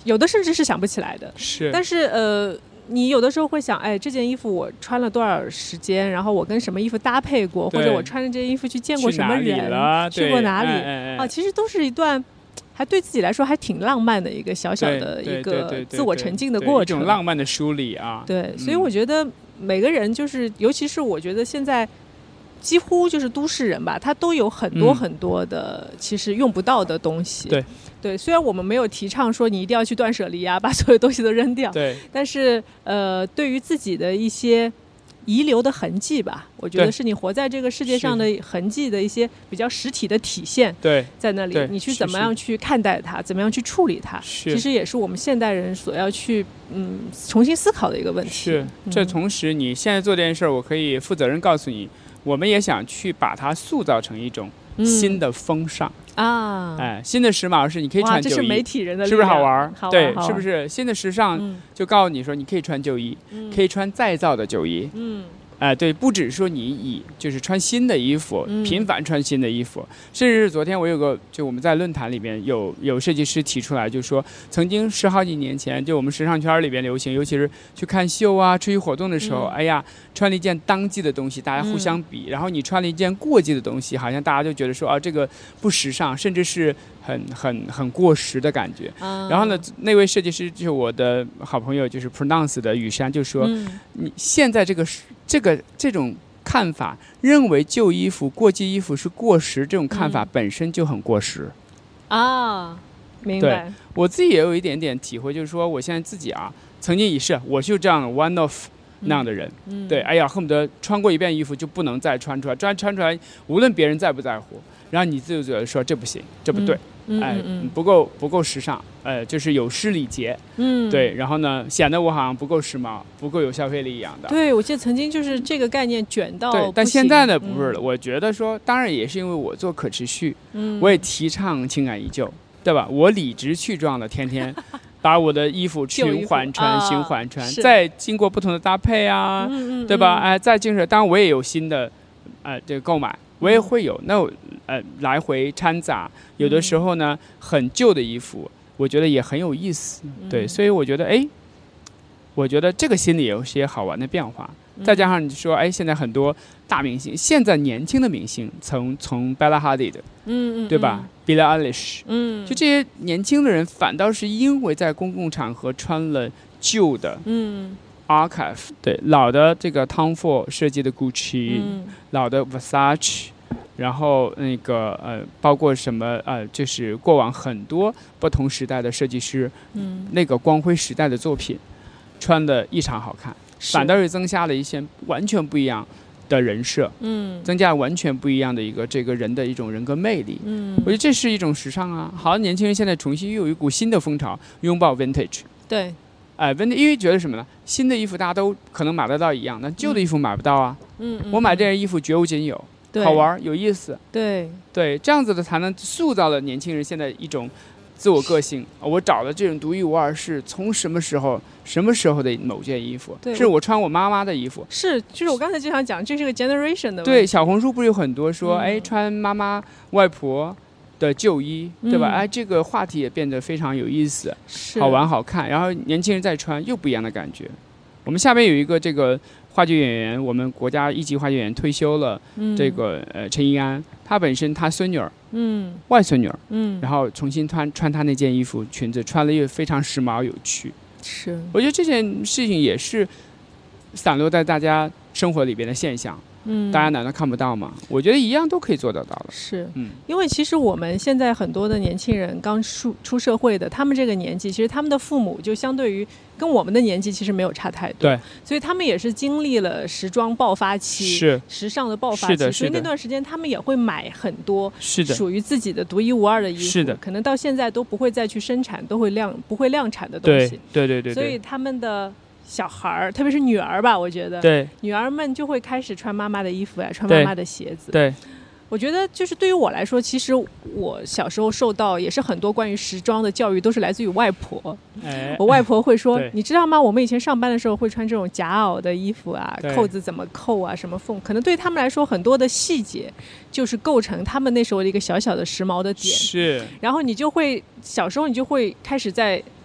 有的甚至是想不起来的。 是， 但是呃。你有的时候会想，哎，这件衣服我穿了多少时间，然后我跟什么衣服搭配过，或者我穿着这件衣服去见过什么人，去过哪里、哎哎、啊，其实都是一段还对自己来说还挺浪漫的一个小小的一个自我沉浸的过程， 一种浪漫的梳理啊。 对，所以我觉得每个人就是，尤其是我觉得现在几乎就是都市人吧，他都有很多很多的、嗯、其实用不到的东西。 对对，虽然我们没有提倡说你一定要去断舍离啊，把所有东西都扔掉， 对， 但是呃，对于自己的一些遗留的痕迹吧，我觉得是你活在这个世界上的痕迹的一些比较实体的体现。 对， 在那里你去怎么样去看待它，怎么样去处理它，其实也是我们现代人所要去嗯重新思考的一个问题。 是，这同时你现在做这件事儿，我可以负责任告诉你，我们也想去把它塑造成一种新的风尚。嗯啊， 哎，新的时髦是你可以穿旧衣， 这是媒体人的力量， 是不是好玩？ 好玩对， 好玩是不是新的时尚就告诉你说你可以穿旧衣，嗯、可以穿再造的旧衣， 嗯， 哎、呃，对，不只说你以就是穿新的衣服，嗯、频繁穿新的衣服，甚至是昨天我有个就我们在论坛里边有有设计师提出来，就说曾经十好几年前就我们时尚圈里边流行，尤其是去看秀啊、出去活动的时候，嗯、哎呀，穿了一件当季的东西，大家互相比，嗯、然后你穿了一件过季的东西，好像大家就觉得说啊这个不时尚，甚至是很很很过时的感觉。嗯、然后呢，那位设计师就是我的好朋友，就是 Pronounce 的雨山就说，嗯、你现在这个这个这种看法，认为旧衣服、过季衣服是过时，这种看法本身就很过时。 嗯、啊，明白。 对，我自己也有一点点体会，就是说我现在自己啊，曾经也是，我就这样 one of。那样的人，嗯、对，哎呀，恨不得穿过一遍衣服就不能再穿出来，穿穿出来，无论别人在不在乎，然后你自己觉得说这不行，这不对， 嗯、 哎， 嗯、 不够不够时尚，呃，就是有失礼节，嗯，对，然后呢，显得我好像不够时髦，不够有消费力一样的。 对，我记得曾经就是这个概念卷到， 对，但现在呢不是了。嗯、我觉得说，当然也是因为我做可持续，嗯，我也提倡情感依旧，对吧？我理直气壮的天天。把我的衣服循环穿，循环穿，再经过不同的搭配啊， 嗯嗯、 对吧？哎，再经过，当然我也有新的，呃，这个购买，我也会有，那我呃来回掺杂，有的时候呢，很旧的衣服，我觉得也很有意思，对，所以我觉得，哎，我觉得这个心里有些好玩的变化。再加上你说，哎，现在很多大明星，现在年轻的明星，从从 Bella Hadid， 嗯嗯， 对吧 ？Billie Eilish， 嗯， 就这些年轻的人，反倒是因为在公共场合穿了旧的， 嗯 ，Archive， 对，老的这个 Tom Ford 设计的 Gucci，、嗯、老的 Versace， 然后那个呃，包括什么呃，就是过往很多不同时代的设计师， 嗯， 那个光辉时代的作品，穿的异常好看。反倒是增加了一些完全不一样的人设， 嗯， 增加完全不一样的一个这个人的一种人格魅力， 嗯， 我觉得这是一种时尚啊。好，年轻人现在重新又有一股新的风潮，拥抱 vintage， 对， 哎 ，vintage， 因为觉得什么呢？新的衣服大家都可能买得到一样，但旧的衣服买不到啊， 嗯， 我买这件衣服绝无仅有，好玩有意思， 对对，这样子的才能塑造了年轻人现在一种自我个性。我找的这种独一无二是从什么时候什么时候的某件衣服，是我穿我妈妈的衣服， 是就是我刚才就想讲，这是个 generation 的问题。 对，小红书不是有很多说，嗯、哎，穿妈妈外婆的旧衣，对吧？嗯、哎，这个话题也变得非常有意思，好玩好看。然后年轻人再穿又不一样的感觉。我们下边有一个这个话剧演员，我们国家一级话剧演员退休了，嗯、这个呃陈怡安，她本身她孙女儿。 嗯， 外孙女儿， 嗯， 然后重新穿穿她那件衣服裙子，穿了又非常时髦有趣。 是， 我觉得这件事情也是散落在大家生活里边的现象。嗯，大家难道看不到吗？我觉得一样都可以做得到的。 是， 嗯， 因为其实我们现在很多的年轻人刚出出社会的，他们这个年纪，其实他们的父母就相对于跟我们的年纪其实没有差太多。 对， 所以他们也是经历了时装爆发期， 是时尚的爆发期， 是的， 所以那段时间他们也会买很多是的属于自己的独一无二的衣服， 是的， 可能到现在都不会再去生产，都会量不会量产的东西。 对对对对， 所以他们的小孩儿，特别是女儿吧，我觉得， 对， 女儿们就会开始穿妈妈的衣服呀，穿妈妈的鞋子。 对， 我觉得就是对于我来说，其实我小时候受到也是很多关于时装的教育，都是来自于外婆。 哎， 我外婆会说：“你知道吗？我们以前上班的时候会穿这种夹袄的衣服啊，扣子怎么扣啊，什么缝，可能对他们来说很多的细节就是构成他们那时候的一个小小的时髦的点。” 是， 然后你就会小时候你就会开始在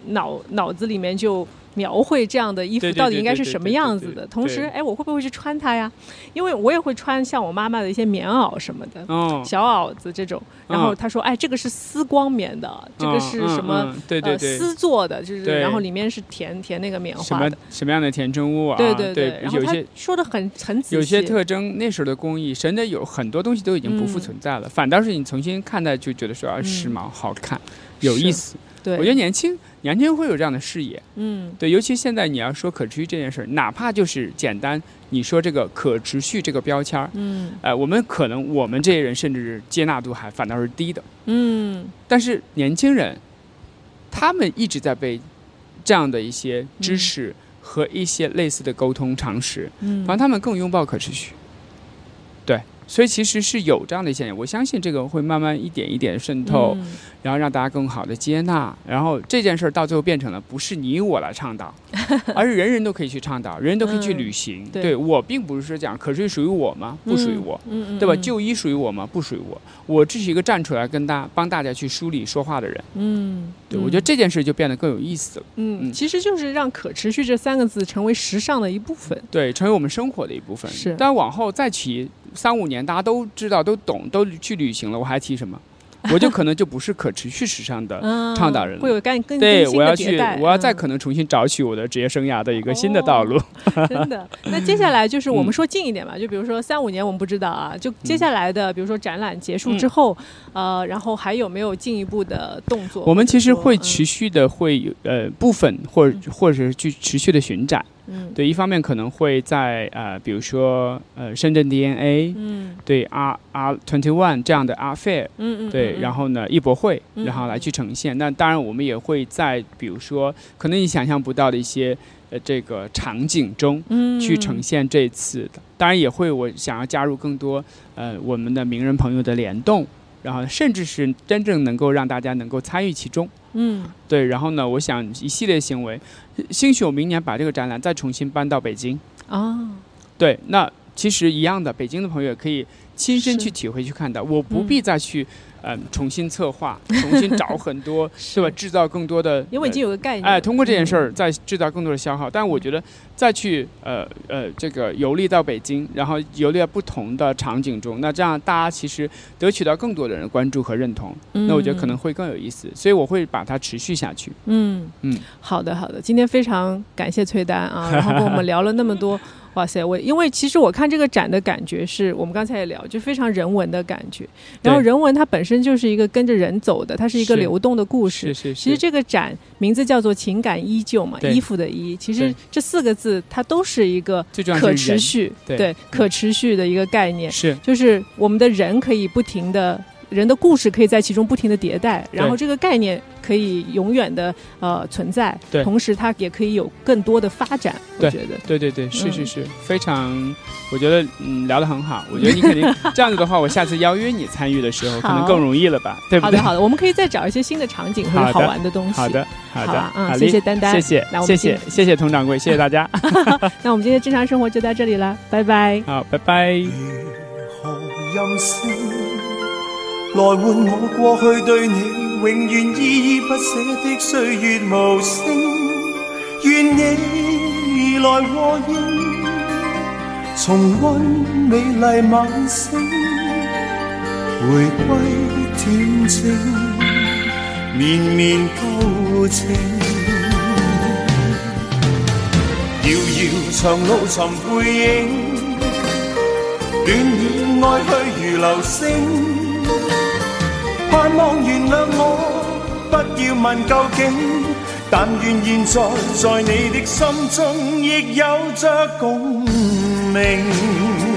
脑脑子里面就描绘这样的衣服到底应该是什么样子的，同时哎我会不会去穿它呀，因为我也会穿像我妈妈的一些棉袄什么的、哦、小袄子这种，然后她说、哦、哎这个是丝光棉的、哦、这个是什么、嗯嗯、 对对对、 呃、丝做的，就是然后里面是填填那个棉花的什么什么样的填充物啊， 对对 对, 对， 然后她说的很很仔细， 有些特征那时候的工艺真的有很多东西都已经不复存在了、嗯、反倒是你重新看待就觉得说啊、嗯、时髦好看有意思，对，我觉得年轻年轻人会有这样的视野，嗯，对，尤其现在你要说可持续这件事，哪怕就是简单你说这个可持续这个标签，嗯，呃，我们可能我们这些人甚至接纳度还反倒是低的，嗯，但是年轻人他们一直在被这样的一些知识和一些类似的沟通常识，嗯，反正他们更拥抱可持续，对。所以其实是有这样的现象，我相信这个会慢慢一点一点渗透、嗯、然后让大家更好的接纳，然后这件事到最后变成了不是你我来倡导而是人人都可以去倡导，人人都可以去履行、嗯、对, 对我并不是说讲可持续属于我吗？不属于我、嗯、对吧？就医属于我吗？不属于我，我只是一个站出来跟大帮大家去梳理说话的人，嗯，对，我觉得这件事就变得更有意思了， 嗯, 嗯其实就是让可持续这三个字成为时尚的一部分， 对，成为我们生活的一部分， 是， 但往后再提三五年大家都知道都懂都去旅行了，我还提什么？我就可能就不是可持续时尚的倡导人了、嗯、 会有更更对， 新我要去的迭代， 我要再可能重新找取我的职业生涯的一个新的道路、 哦、真的。那接下来就是我们说近一点嘛、嗯、就比如说三五年我们不知道啊，就接下来的、嗯、比如说展览结束之后、嗯、呃，然后还有没有进一步的动作？ 我们其实会持续的会有、嗯、呃部分或者或者是去持续的巡展，嗯，对，一方面可能会在呃，比如说呃，深圳 D N A， 嗯，对 R R twenty one 这样的 Art Fair， 嗯嗯，对，然后呢艺博会，然后来去呈现。那、嗯、当然我们也会在比如说可能你想象不到的一些呃这个场景中，嗯，去呈现这次的。当然也会我想要加入更多呃我们的名人朋友的联动。然后甚至是真正能够让大家能够参与其中，嗯，对。然后呢，我想一系列行为，兴许我明年把这个展览再重新搬到北京啊，对。那其实一样的，北京的朋友也可以亲身去体会去看到，我不必再去、嗯呃、重新策划，重新找很多对吧？制造更多的， 因为已经有个概念， 哎，通过这件事儿再制造更多的消耗。但我觉得再去呃呃这个游历到北京，然后游历到不同的场景中，那这样大家其实得取到更多的人关注和认同，嗯、那我觉得可能会更有意思。所以我会把它持续下去。嗯嗯，好的好的，今天非常感谢崔丹啊，然后跟我们聊了那么多。哇塞，我因为其实我看这个展的感觉是我们刚才也聊，就非常人文的感觉。然后人文它本身就是一个跟着人走的，它是一个流动的故事。 是是是。 其实这个展名字叫做情感依旧嘛，衣服的衣，其实这四个字它都是一个可持续，对, 对可持续的一个概念。 是， 就是我们的人可以不停的。人的故事可以在其中不停的迭代，然后这个概念可以永远的呃存在， 对， 同时它也可以有更多的发展。我觉得， 对对对，是是是，嗯、非常，我觉得嗯聊得很好。我觉得你肯定这样子的话，我下次邀约你参与的时候，可能更容易了吧？对不对？ 好的好的，我们可以再找一些新的场景或者好玩的东西。 好的好的， 好嗯，谢谢丹丹， 谢谢谢谢谢谢佟掌柜，谢谢大家。 那我们今天正常生活就到这里了，拜拜。 好，拜拜。 來換我過去對你永遠依依不捨的歲月無聲，願你來和應，重溫美麗晚星，回歸恬靜，綿綿舊情，遙遙長路尋背影，戀與愛去如流星。盼望原諒我，不要問究竟，但願現在在你的心中亦有着共鳴。